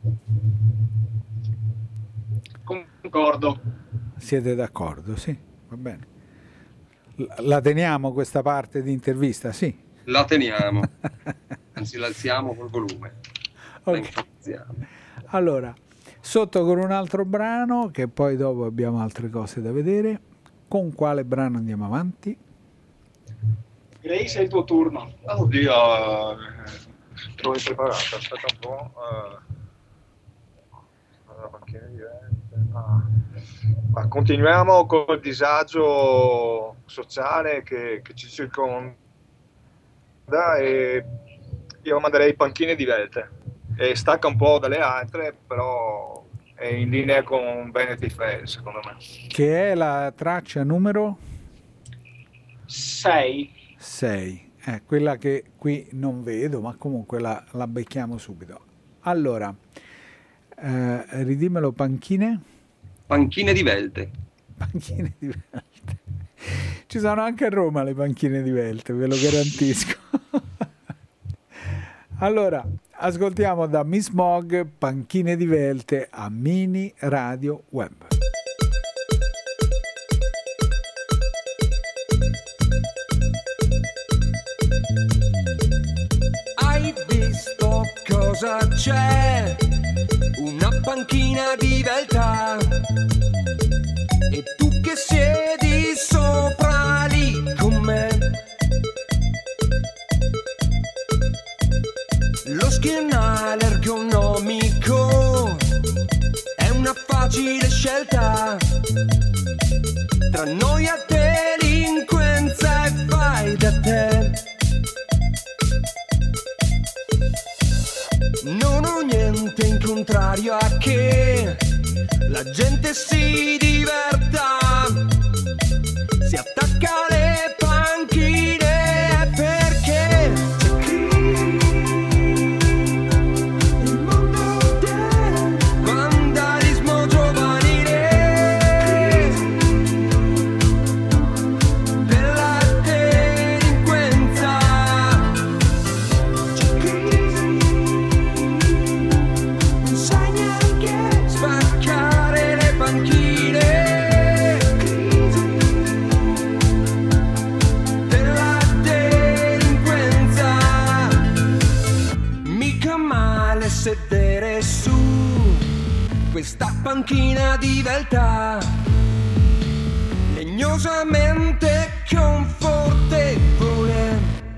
Concordo. Siete d'accordo? Sì, va bene. La teniamo questa parte di intervista? Sì. La teniamo, anzi la alziamo col volume. Okay. Allora, sotto con un altro brano, che poi dopo abbiamo altre cose da vedere. Con quale brano andiamo avanti? Grace, è il tuo turno. Oddio, trovo impreparato, aspetta un po'. Ma continuiamo col disagio sociale che ci circonda, e io manderei Panchine di Velte, e stacca un po' dalle altre, però è in linea con Vanity Fair, secondo me. Che è la traccia numero 6. Quella che qui non vedo, ma comunque la becchiamo subito. Allora, ridimmelo. Panchine di Velte. Panchine di Velte. Ci sono anche a Roma le panchine di Velte, ve lo garantisco. Allora, ascoltiamo da Miss Mogg Panchine di Velte a Mini Radio Web. Hai visto cosa c'è? Una panchina di Velta, e tu che siedi sopra lì con me. Lo schienale ergonomico è una facile scelta tra noia, delinquenza e fai da te. Non ho niente in contrario a che la gente si diverta, si attacca alle panchine, perché il mondo del vandalismo giovanile, della delinquenza, insegna che spaccare le panchine, della delinquenza. Mica male sedere su questa panchina di Velta, legnosamente confortevole.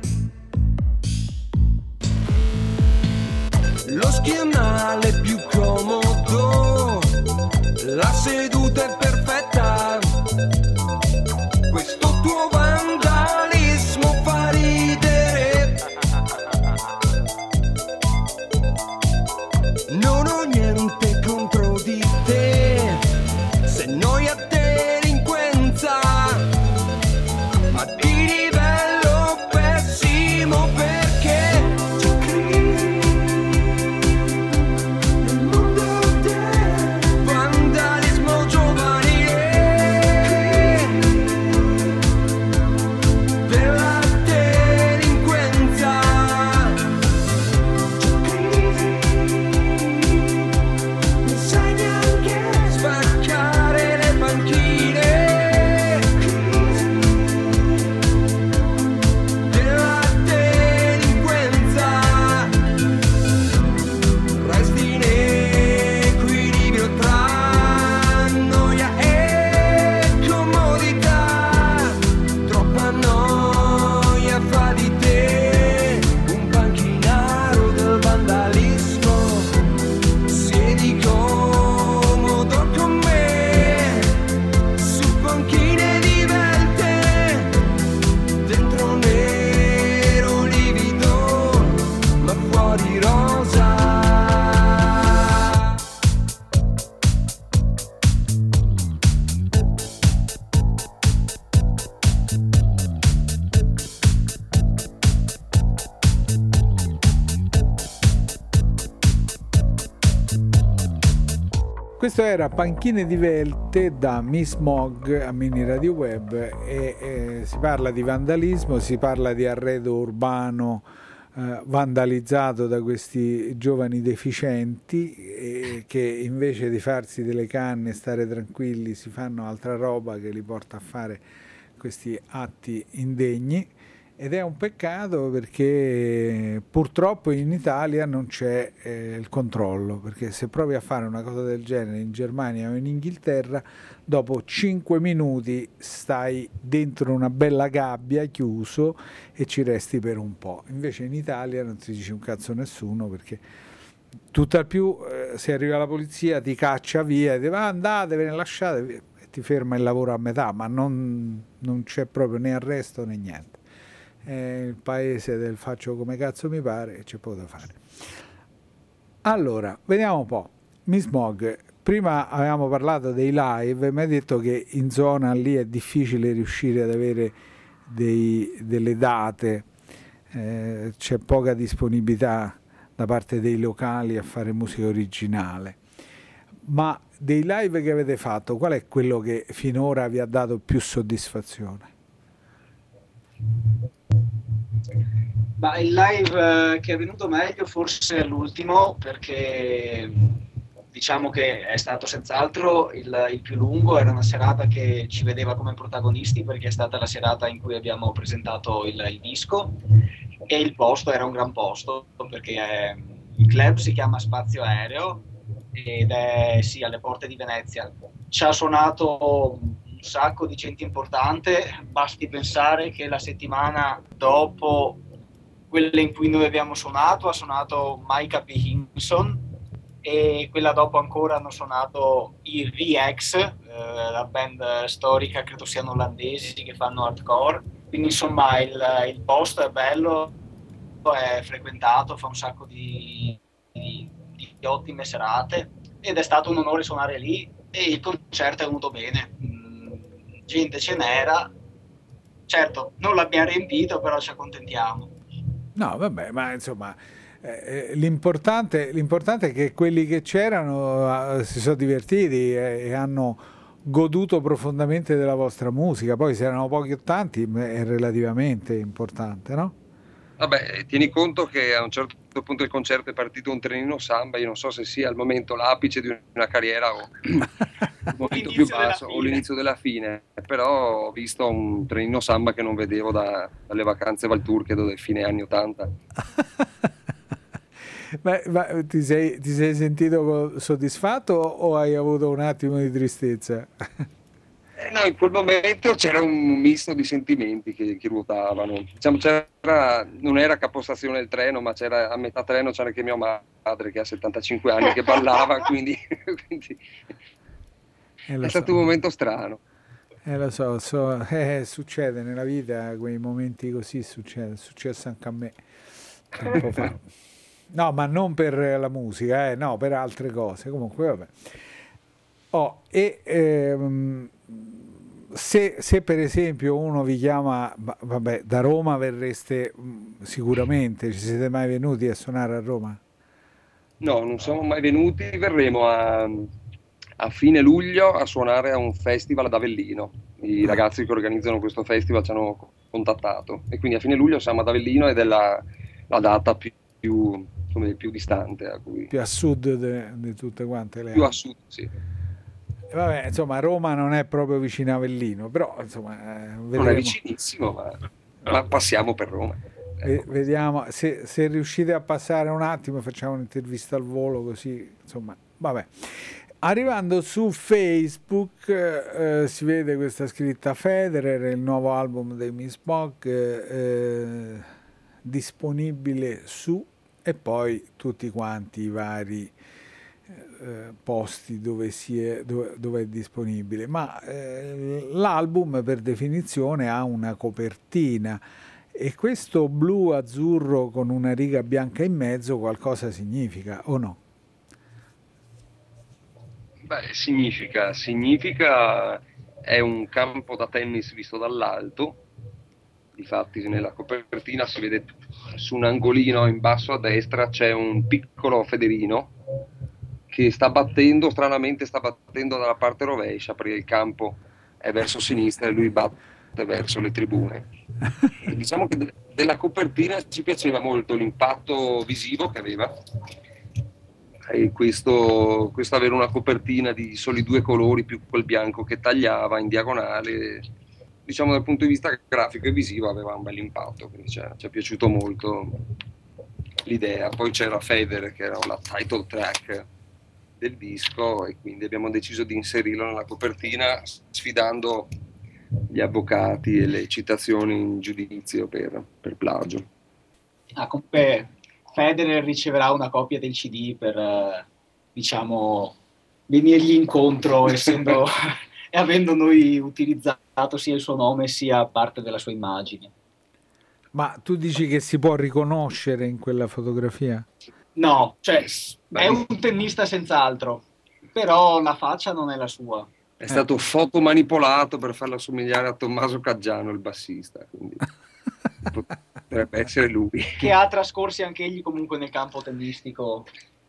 Lo schienale più comodo, la seduta è perfetta. Questo tuo vandalismo fa ridere. Non ho niente contro di te, se noi a delinquenza, ma di livello pessimo, perché Questo era Panchine divelte da Miss Mog a Mini Radio Web e si parla di vandalismo, si parla di arredo urbano vandalizzato da questi giovani deficienti che invece di farsi delle canne e stare tranquilli si fanno altra roba che li porta a fare questi atti indegni. Ed è un peccato perché purtroppo in Italia non c'è il controllo, perché se provi a fare una cosa del genere in Germania o in Inghilterra, dopo 5 minuti stai dentro una bella gabbia chiuso e ci resti per un po'. Invece in Italia non si dice un cazzo a nessuno, perché tutt'al più se arriva la polizia ti caccia via, ti va andatevene, lasciate via, e ti ferma il lavoro a metà, ma non c'è proprio né arresto né niente. È il paese del faccio come cazzo mi pare e c'è poco da fare. Allora, vediamo un po'. Miss Mog, prima avevamo parlato dei live, mi hai detto che in zona lì è difficile riuscire ad avere delle date, c'è poca disponibilità da parte dei locali a fare musica originale, ma dei live che avete fatto, qual è quello che finora vi ha dato più soddisfazione? Ma il live che è venuto meglio forse è l'ultimo, perché diciamo che è stato senz'altro il più lungo, era una serata che ci vedeva come protagonisti perché è stata la serata in cui abbiamo presentato il disco, e il posto era un gran posto perché il club si chiama Spazio Aereo ed è sì, alle porte di Venezia. Ci ha suonato un sacco di gente importante, basti pensare che la settimana dopo quella in cui noi abbiamo suonato ha suonato Micah P. Hinson, e quella dopo ancora hanno suonato i VX, la band storica, credo siano olandesi, che fanno hardcore. Quindi insomma il posto è bello, è frequentato, fa un sacco di ottime serate ed è stato un onore suonare lì, e il concerto è venuto bene. Gente ce n'era, certo non l'abbiamo riempito, però ci accontentiamo. No, vabbè, ma insomma l'importante è che quelli che c'erano si sono divertiti e hanno goduto profondamente della vostra musica. Poi se erano pochi o tanti è relativamente importante, no? Vabbè, tieni conto che a un certo punto del concerto è partito un trenino samba, io non so se sia al momento l'apice di una carriera o il momento più basso o l'inizio della fine, però ho visto un trenino samba che non vedevo dalle vacanze Valturche del fine anni 80. Ma ti sei sentito soddisfatto o hai avuto un attimo di tristezza? No, in quel momento c'era un misto di sentimenti che ruotavano. Diciamo, non era capostazione del treno, ma c'era a metà treno c'era anche mia madre che ha 75 anni che ballava, quindi è stato un momento strano. Lo so, succede nella vita, quei momenti così succede, è successo anche a me tempo fa. No, ma non per la musica, no, per altre cose. Comunque, vabbè. Se per esempio uno vi chiama, vabbè, da Roma verreste sicuramente, ci siete mai venuti a suonare a Roma? No, non siamo mai venuti, verremo a fine luglio a suonare a un festival ad Avellino. I ragazzi che organizzano questo festival ci hanno contattato e quindi a fine luglio siamo ad Avellino ed è la data più distante a cui... Più a sud di tutte quante le... Più a sud, sì. Vabbè, insomma, Roma non è proprio vicino a Avellino, però insomma vedremo. Non è vicinissimo, ma passiamo per Roma. Vediamo se riuscite a passare un attimo, facciamo un'intervista al volo, così insomma, vabbè. Arrivando su Facebook si vede questa scritta Federer, il nuovo album dei Miss Mog disponibile su, e poi tutti quanti i vari posti dove è disponibile, ma l'album per definizione ha una copertina e questo blu azzurro con una riga bianca in mezzo qualcosa significa o no? Beh, significa è un campo da tennis visto dall'alto. Difatti nella copertina si vede su un angolino in basso a destra c'è un piccolo Federino che stranamente sta battendo dalla parte rovescia, perché il campo è verso sinistra e lui batte verso le tribune. E diciamo che della copertina ci piaceva molto l'impatto visivo che aveva, e questo avere una copertina di soli 2 colori più quel bianco che tagliava in diagonale, diciamo dal punto di vista grafico e visivo aveva un bel impatto, quindi ci è piaciuto molto l'idea. Poi c'era Federer, che era la title track del disco, e quindi abbiamo deciso di inserirlo nella copertina, sfidando gli avvocati e le citazioni in giudizio per plagio. Comunque Federer riceverà una copia del CD per, diciamo, venirgli incontro, essendo e avendo noi utilizzato sia il suo nome sia parte della sua immagine. Ma tu dici che si può riconoscere in quella fotografia? No, cioè è un tennista senz'altro, però la faccia non è la sua. È stato fotomanipolato per farlo assomigliare a Tommaso Caggiano, il bassista, quindi potrebbe essere lui. Che ha trascorsi anche egli comunque nel campo tennistico.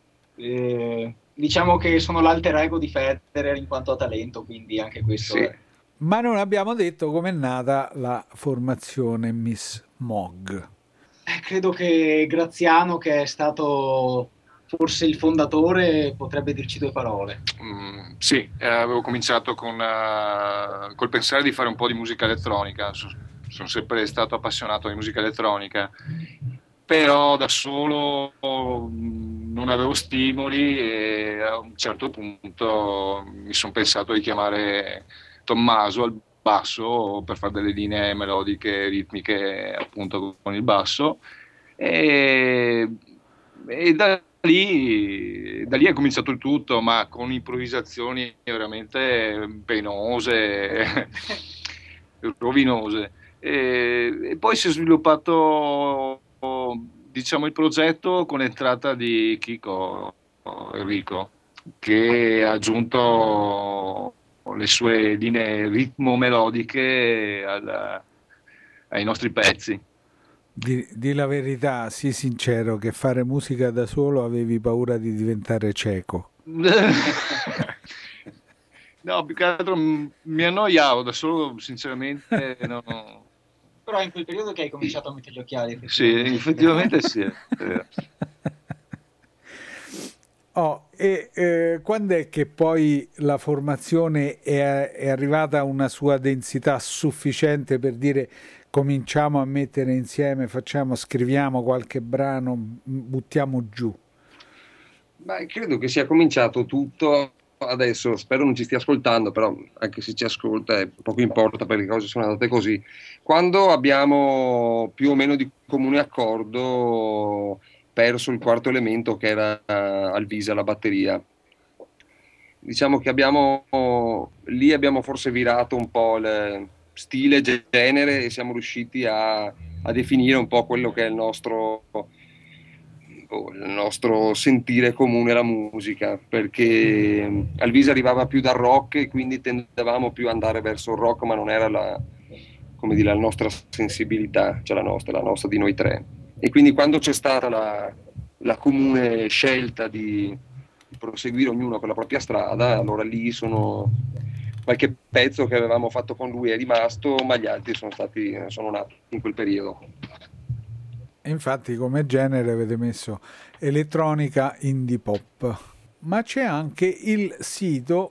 Diciamo che sono l'alter ego di Federer in quanto a talento, quindi anche questo Sì. è... Ma non abbiamo detto com'è nata la formazione Miss Mog. Credo che Graziano, che è stato forse il fondatore, potrebbe dirci 2 parole. Sì, avevo cominciato col pensare di fare un po' di musica elettronica. Sono sempre stato appassionato di musica elettronica, però da solo non avevo stimoli, e a un certo punto mi sono pensato di chiamare Tommaso al basso per fare delle linee melodiche, ritmiche, appunto con il basso, e da lì è cominciato il tutto, ma con improvvisazioni veramente penose, rovinose. E poi si è sviluppato, diciamo, il progetto con l'entrata di Chico Enrico, che ha aggiunto le sue linee ritmo-melodiche ai nostri pezzi. Di la verità, sii sincero, che fare musica da solo avevi paura di diventare cieco. No, più che altro mi annoiavo da solo, sinceramente. No. Però è in quel periodo che hai cominciato a mettere gli occhiali. Sì, effettivamente sì. Quando è che poi la formazione è arrivata a una sua densità sufficiente per dire cominciamo a mettere insieme, scriviamo qualche brano, buttiamo giù? Beh, credo che sia cominciato tutto adesso, spero non ci stia ascoltando, però anche se ci ascolta poco importa, perché le cose sono andate così. Quando abbiamo più o meno di comune accordo perso il quarto elemento, che era Alvise alla batteria. Diciamo che abbiamo forse virato un po' il stile, genere, e siamo riusciti a definire un po' quello che è il nostro sentire comune alla musica, perché Alvise arrivava più dal rock e quindi tendevamo più ad andare verso il rock, ma non era la nostra sensibilità, cioè la nostra di noi tre. E quindi quando c'è stata la comune scelta di proseguire ognuno per la propria strada, allora lì qualche pezzo che avevamo fatto con lui è rimasto, ma gli altri sono nati in quel periodo. Infatti come genere avete messo elettronica indie pop, ma c'è anche il sito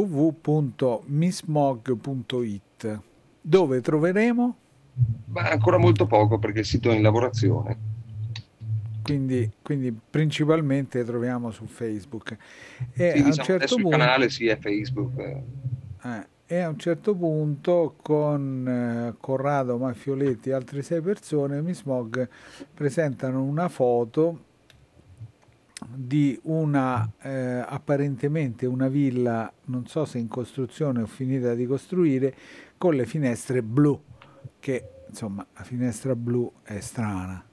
www.missmog.it dove troveremo? Ma ancora molto poco, perché il sito è in lavorazione. Quindi principalmente troviamo su Facebook. E sì, a un diciamo certo punto, il canale sì è Facebook. E a un certo punto con Corrado Maffioletti e altre 6 persone, Miss Mog presentano una foto di apparentemente una villa, non so se in costruzione o finita di costruire, con le finestre blu, che insomma la finestra blu è strana.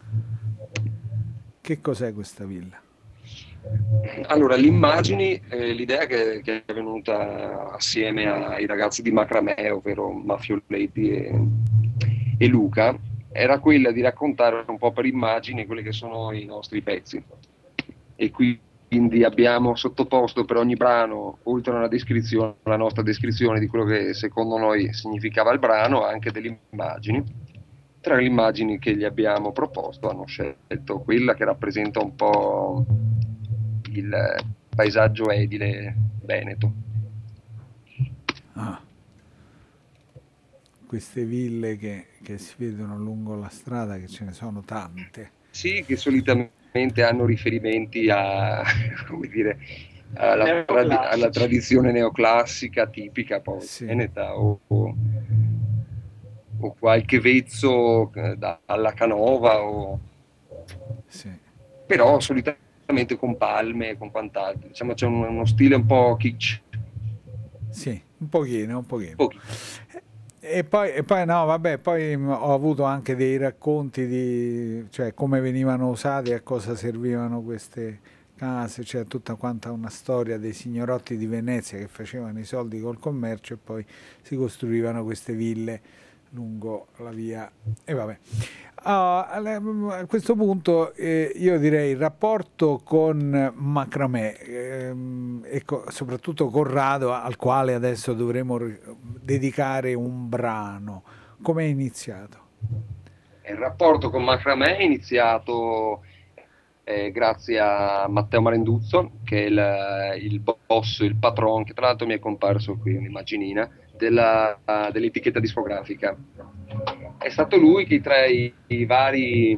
Che cos'è questa villa? Allora, l'immagine, l'idea che è venuta assieme ai ragazzi di Macramè, ovvero Maffioletti e Luca, era quella di raccontare un po' per immagini quelli che sono i nostri pezzi. E quindi quindi abbiamo sottoposto per ogni brano, oltre alla descrizione, la nostra descrizione di quello che secondo noi significava il brano, anche delle immagini. Tra le immagini che gli abbiamo proposto hanno scelto quella che rappresenta un po' il paesaggio edile veneto. Queste ville che si vedono lungo la strada, che ce ne sono tante. Sì, che solitamente hanno riferimenti a, come dire, alla tradizione neoclassica tipica poi veneta, o qualche vezzo alla Canova, però solitamente con palme, con quant'altro. Diciamo c'è uno stile un po' kitsch. Sì, un pochino. E poi no, vabbè, poi ho avuto anche dei racconti di, cioè, come venivano usate e a cosa servivano queste case, cioè tutta quanta una storia dei signorotti di Venezia che facevano i soldi col commercio e poi si costruivano queste ville lungo la via. E vabbè. A questo punto io direi il rapporto con Macramè e soprattutto Corrado, al quale adesso dovremo dedicare un brano. Come è iniziato? Il rapporto con Macramè è iniziato grazie a Matteo Marenduzzo, che è il boss, il patron, che tra l'altro mi è comparso qui un'immaginina dell'etichetta discografica. È stato lui che tra i vari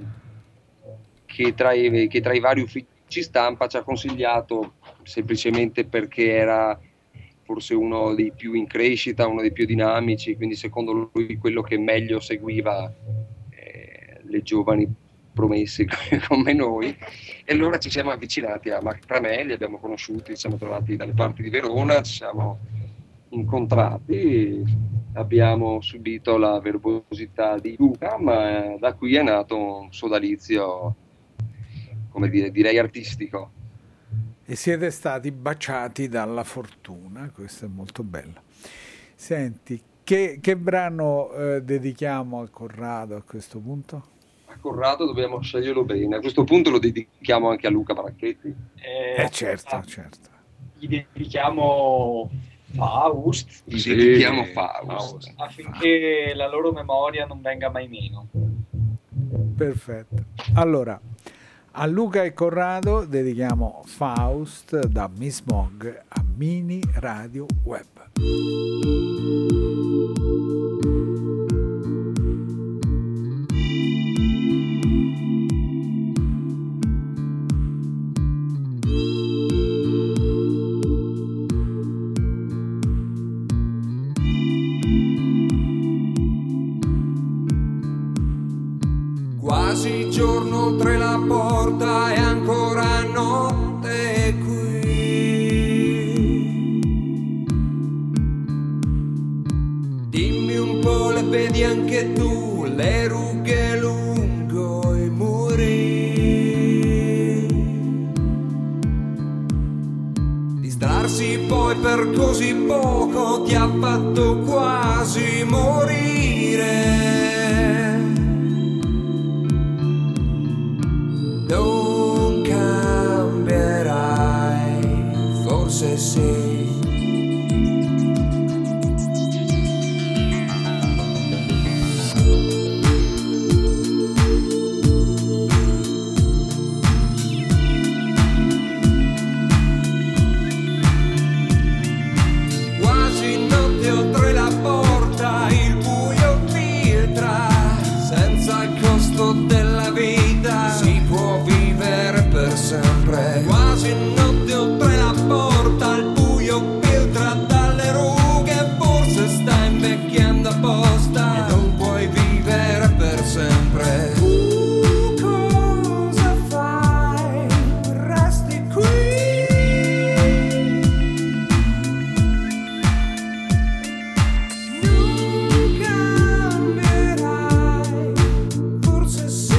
uffici stampa ci ha consigliato, semplicemente perché era forse uno dei più in crescita, uno dei più dinamici, quindi secondo lui quello che meglio seguiva le giovani promesse come noi, e allora ci siamo avvicinati a Macramè, li abbiamo conosciuti, ci siamo trovati dalle parti di Verona, ci siamo incontrati, abbiamo subito la verbosità di Luca, ma da qui è nato un sodalizio, come dire, direi artistico. E siete stati baciati dalla fortuna, questo è molto bello. Senti, che brano dedichiamo a Corrado a questo punto? A Corrado dobbiamo sceglierlo bene, a questo punto lo dedichiamo anche a Luca Baracchetti. Certo. Gli dedichiamo Faust. Sì, dedichiamo Faust. Affinché la loro memoria non venga mai meno. Perfetto. Allora, a Luca e Corrado dedichiamo Faust da Miss Mog a Mini Radio Web. Quasi giorno oltre la porta e ancora notte qui. Dimmi un po', le vedi anche tu, le rughe lungo i muri. Distrarsi poi per così poco ti ha fatto quasi morire. Non cambierai, forse sì. Quasi notte oltre la porta, il buio filtra, senza il costo della vita si può vivere per sempre. Quasi notte oltre la porta, il buio filtra dalle rughe, forse sta invecchiando apposta e non puoi vivere per sempre. Cosa fai? Resti qui. Non cambierai, forse sì.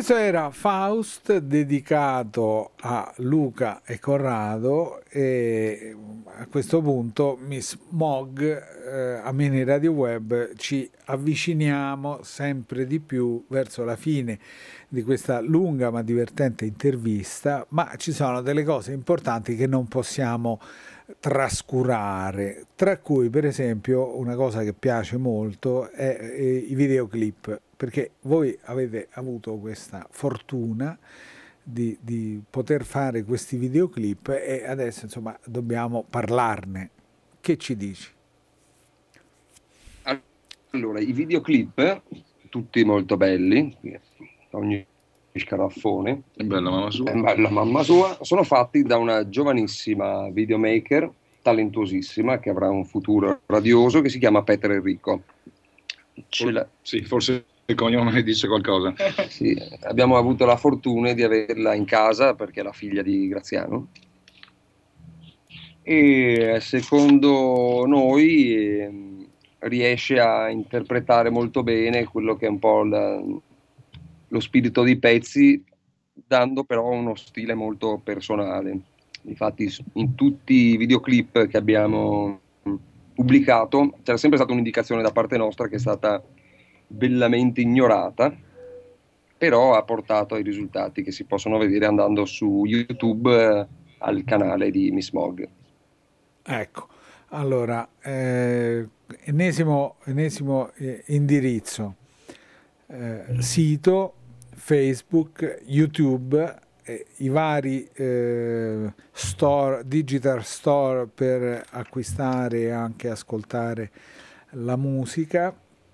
Questo era Faust, dedicato a Luca e Corrado, e a questo punto Miss Mog, a Mini Radio Web, ci avviciniamo sempre di più verso la fine di questa lunga ma divertente intervista, ma ci sono delle cose importanti che non possiamo trascurare, tra cui per esempio una cosa che piace molto è i videoclip, perché voi avete avuto questa fortuna di poter fare questi videoclip e adesso insomma dobbiamo parlarne. Che ci dici? Allora, i videoclip, tutti molto belli, ogni scarafone, Bella mamma sua. Bella mamma sua, sono fatti da una giovanissima videomaker talentuosissima che avrà un futuro radioso, che si chiama Petra Enrico. Sì, forse il cognome ne dice qualcosa. Sì, abbiamo avuto la fortuna di averla in casa perché è la figlia di Graziano e secondo noi riesce a interpretare molto bene quello che è un po' lo spirito dei pezzi, dando però uno stile molto personale. Infatti in tutti i videoclip che abbiamo pubblicato c'era sempre stata un'indicazione da parte nostra che è stata bellamente ignorata, però ha portato ai risultati che si possono vedere andando su YouTube al canale di Miss Mog. Ecco, allora, ennesimo indirizzo, sito, Facebook, YouTube, i vari store, digital store per acquistare e anche ascoltare la musica,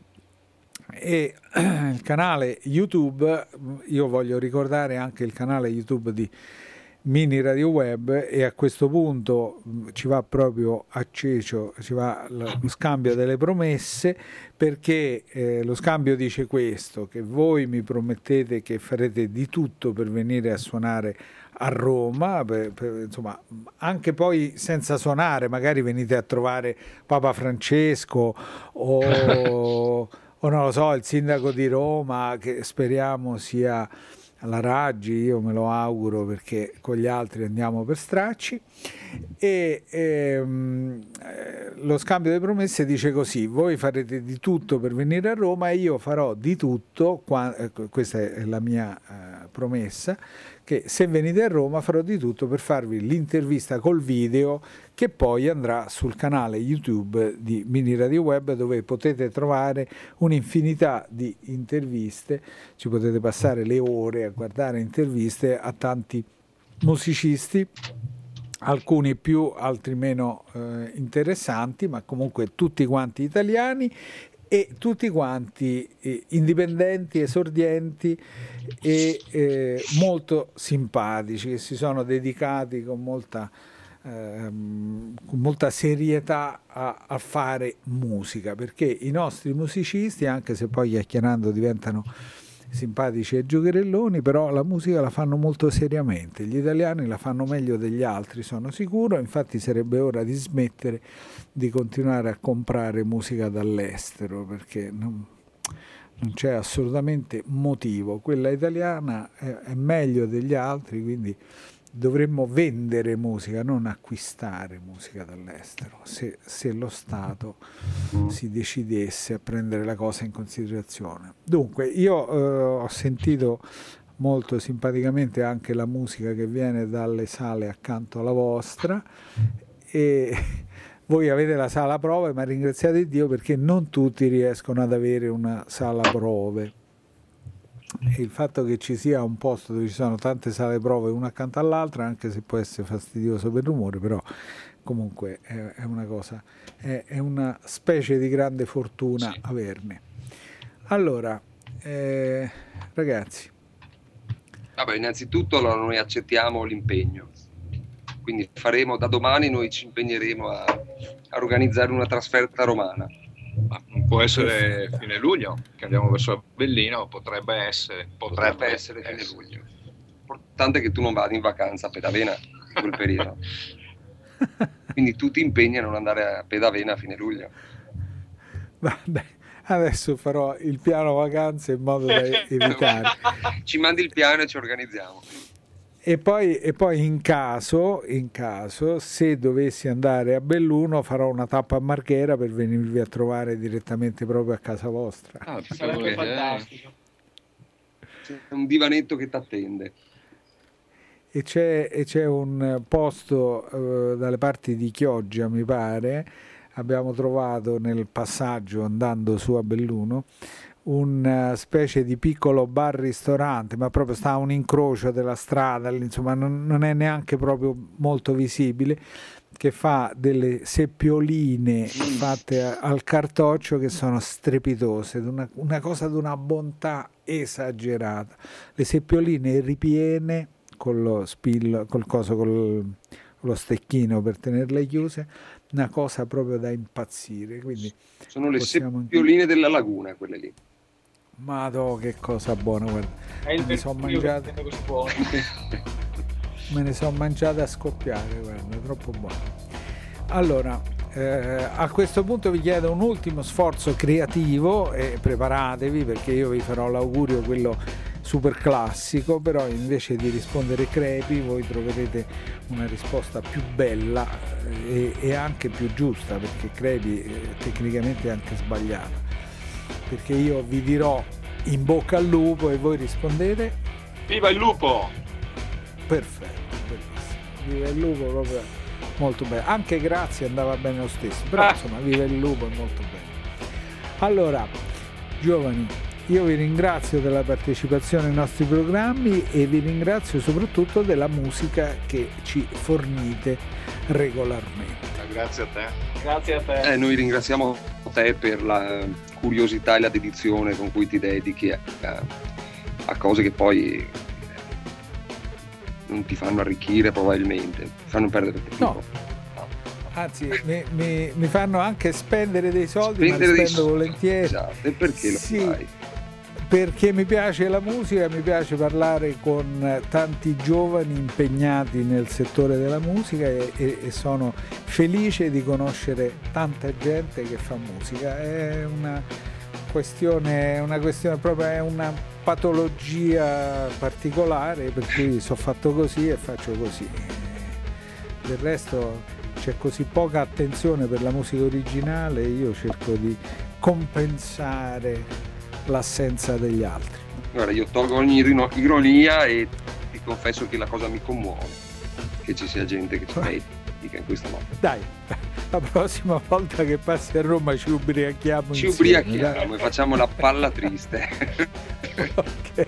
e il canale YouTube. Io voglio ricordare anche il canale YouTube di Mini Radio Web, e a questo punto ci va proprio acceso, ci va lo scambio delle promesse, perché lo scambio dice questo: che voi mi promettete che farete di tutto per venire a suonare a Roma, insomma, anche poi senza suonare, magari venite a trovare Papa Francesco o non lo so, il sindaco di Roma, che speriamo sia alla Raggi, io me lo auguro perché con gli altri andiamo per stracci. E lo scambio delle promesse dice così: voi farete di tutto per venire a Roma e io farò di tutto, questa è la mia promessa, che se venite a Roma farò di tutto per farvi l'intervista col video, che poi andrà sul canale YouTube di Mini Radio Web, dove potete trovare un'infinità di interviste. Ci potete passare le ore a guardare interviste a tanti musicisti, alcuni più, altri meno interessanti, ma comunque tutti quanti italiani e tutti quanti indipendenti, esordienti e molto simpatici, che si sono dedicati con molta serietà a fare musica, perché i nostri musicisti, anche se poi chiacchierando diventano simpatici e giocherelloni, però la musica la fanno molto seriamente. Gli italiani la fanno meglio degli altri, sono sicuro. Infatti sarebbe ora di smettere di continuare a comprare musica dall'estero, perché non c'è assolutamente motivo. Quella italiana è meglio degli altri, quindi dovremmo vendere musica, non acquistare musica dall'estero, se lo Stato si decidesse a prendere la cosa in considerazione. Dunque, io ho sentito molto simpaticamente anche la musica che viene dalle sale accanto alla vostra, e voi avete la sala prove, ma ringraziate Dio perché non tutti riescono ad avere una sala prove. E il fatto che ci sia un posto dove ci sono tante sale prove una accanto all'altra, anche se può essere fastidioso per il rumore, però comunque è una cosa, è una specie di grande fortuna averne. Allora, ragazzi, vabbè, innanzitutto allora noi accettiamo l'impegno, quindi faremo da domani, noi ci impegneremo a organizzare una trasferta romana. Ma può essere fine luglio, che andiamo verso Avellino, potrebbe essere fine luglio. L'importante è che tu non vada in vacanza a Pedavena in quel periodo. Quindi tu ti impegni a non andare a Pedavena a fine luglio. Vabbè, Adesso farò il piano vacanze in modo da evitare. Ci mandi il piano e ci organizziamo. E poi in caso, se dovessi andare a Belluno, farò una tappa a Marghera per venirvi a trovare direttamente proprio a casa vostra. Sarebbe fantastico. C'è un divanetto che t'attende. E c'è un posto dalle parti di Chioggia, mi pare, abbiamo trovato nel passaggio andando su a Belluno una specie di piccolo bar-ristorante, ma proprio sta a un incrocio della strada, insomma non è neanche proprio molto visibile, che fa delle seppioline fatte al cartoccio che sono strepitose, una cosa di una bontà esagerata. Le seppioline ripiene con lo spillo, con lo stecchino per tenerle chiuse, una cosa proprio da impazzire. Quindi sono le seppioline della laguna, quelle lì. Madò, che cosa buona, guarda. Me ne sono mangiate a scoppiare, guarda, troppo buono. Allora, a questo punto vi chiedo un ultimo sforzo creativo e preparatevi, perché io vi farò l'augurio quello super classico, però invece di rispondere crepi voi troverete una risposta più bella e anche più giusta, perché crepi tecnicamente è anche sbagliato. Perché io vi dirò in bocca al lupo e voi rispondete viva il lupo! Perfetto, bellissimo. Viva il lupo, proprio molto bene. Anche grazie andava bene lo stesso, però insomma viva il lupo è molto bene. Allora, giovani, io vi ringrazio della partecipazione ai nostri programmi e vi ringrazio soprattutto della musica che ci fornite regolarmente. Grazie a te. Grazie a te. Noi ringraziamo te per la curiosità e la dedizione con cui ti dedichi a cose che poi non ti fanno arricchire, probabilmente ti fanno perdere tempo. No. Anzi, mi fanno anche spendere dei soldi, ma li spendo volentieri. Esatto, e perché lo fai? Perché mi piace la musica, mi piace parlare con tanti giovani impegnati nel settore della musica e sono felice di conoscere tanta gente che fa musica. È una questione proprio, è una patologia particolare, per cui sono fatto così e faccio così. Del resto c'è così poca attenzione per la musica originale, io cerco di compensare l'assenza degli altri. Guarda, io tolgo ogni ironia e ti confesso che la cosa mi commuove, che ci sia gente che ci dedica in questa modo. Dai, la prossima volta che passi a Roma ci ubriachiamo e facciamo la palla triste. Ok,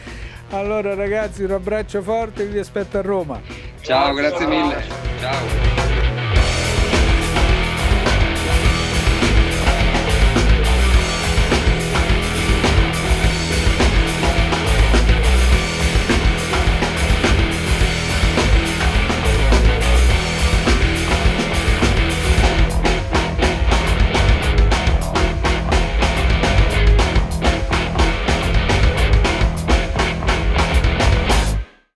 allora ragazzi, un abbraccio forte, vi aspetto a Roma. Ciao, grazie mille. Ciao.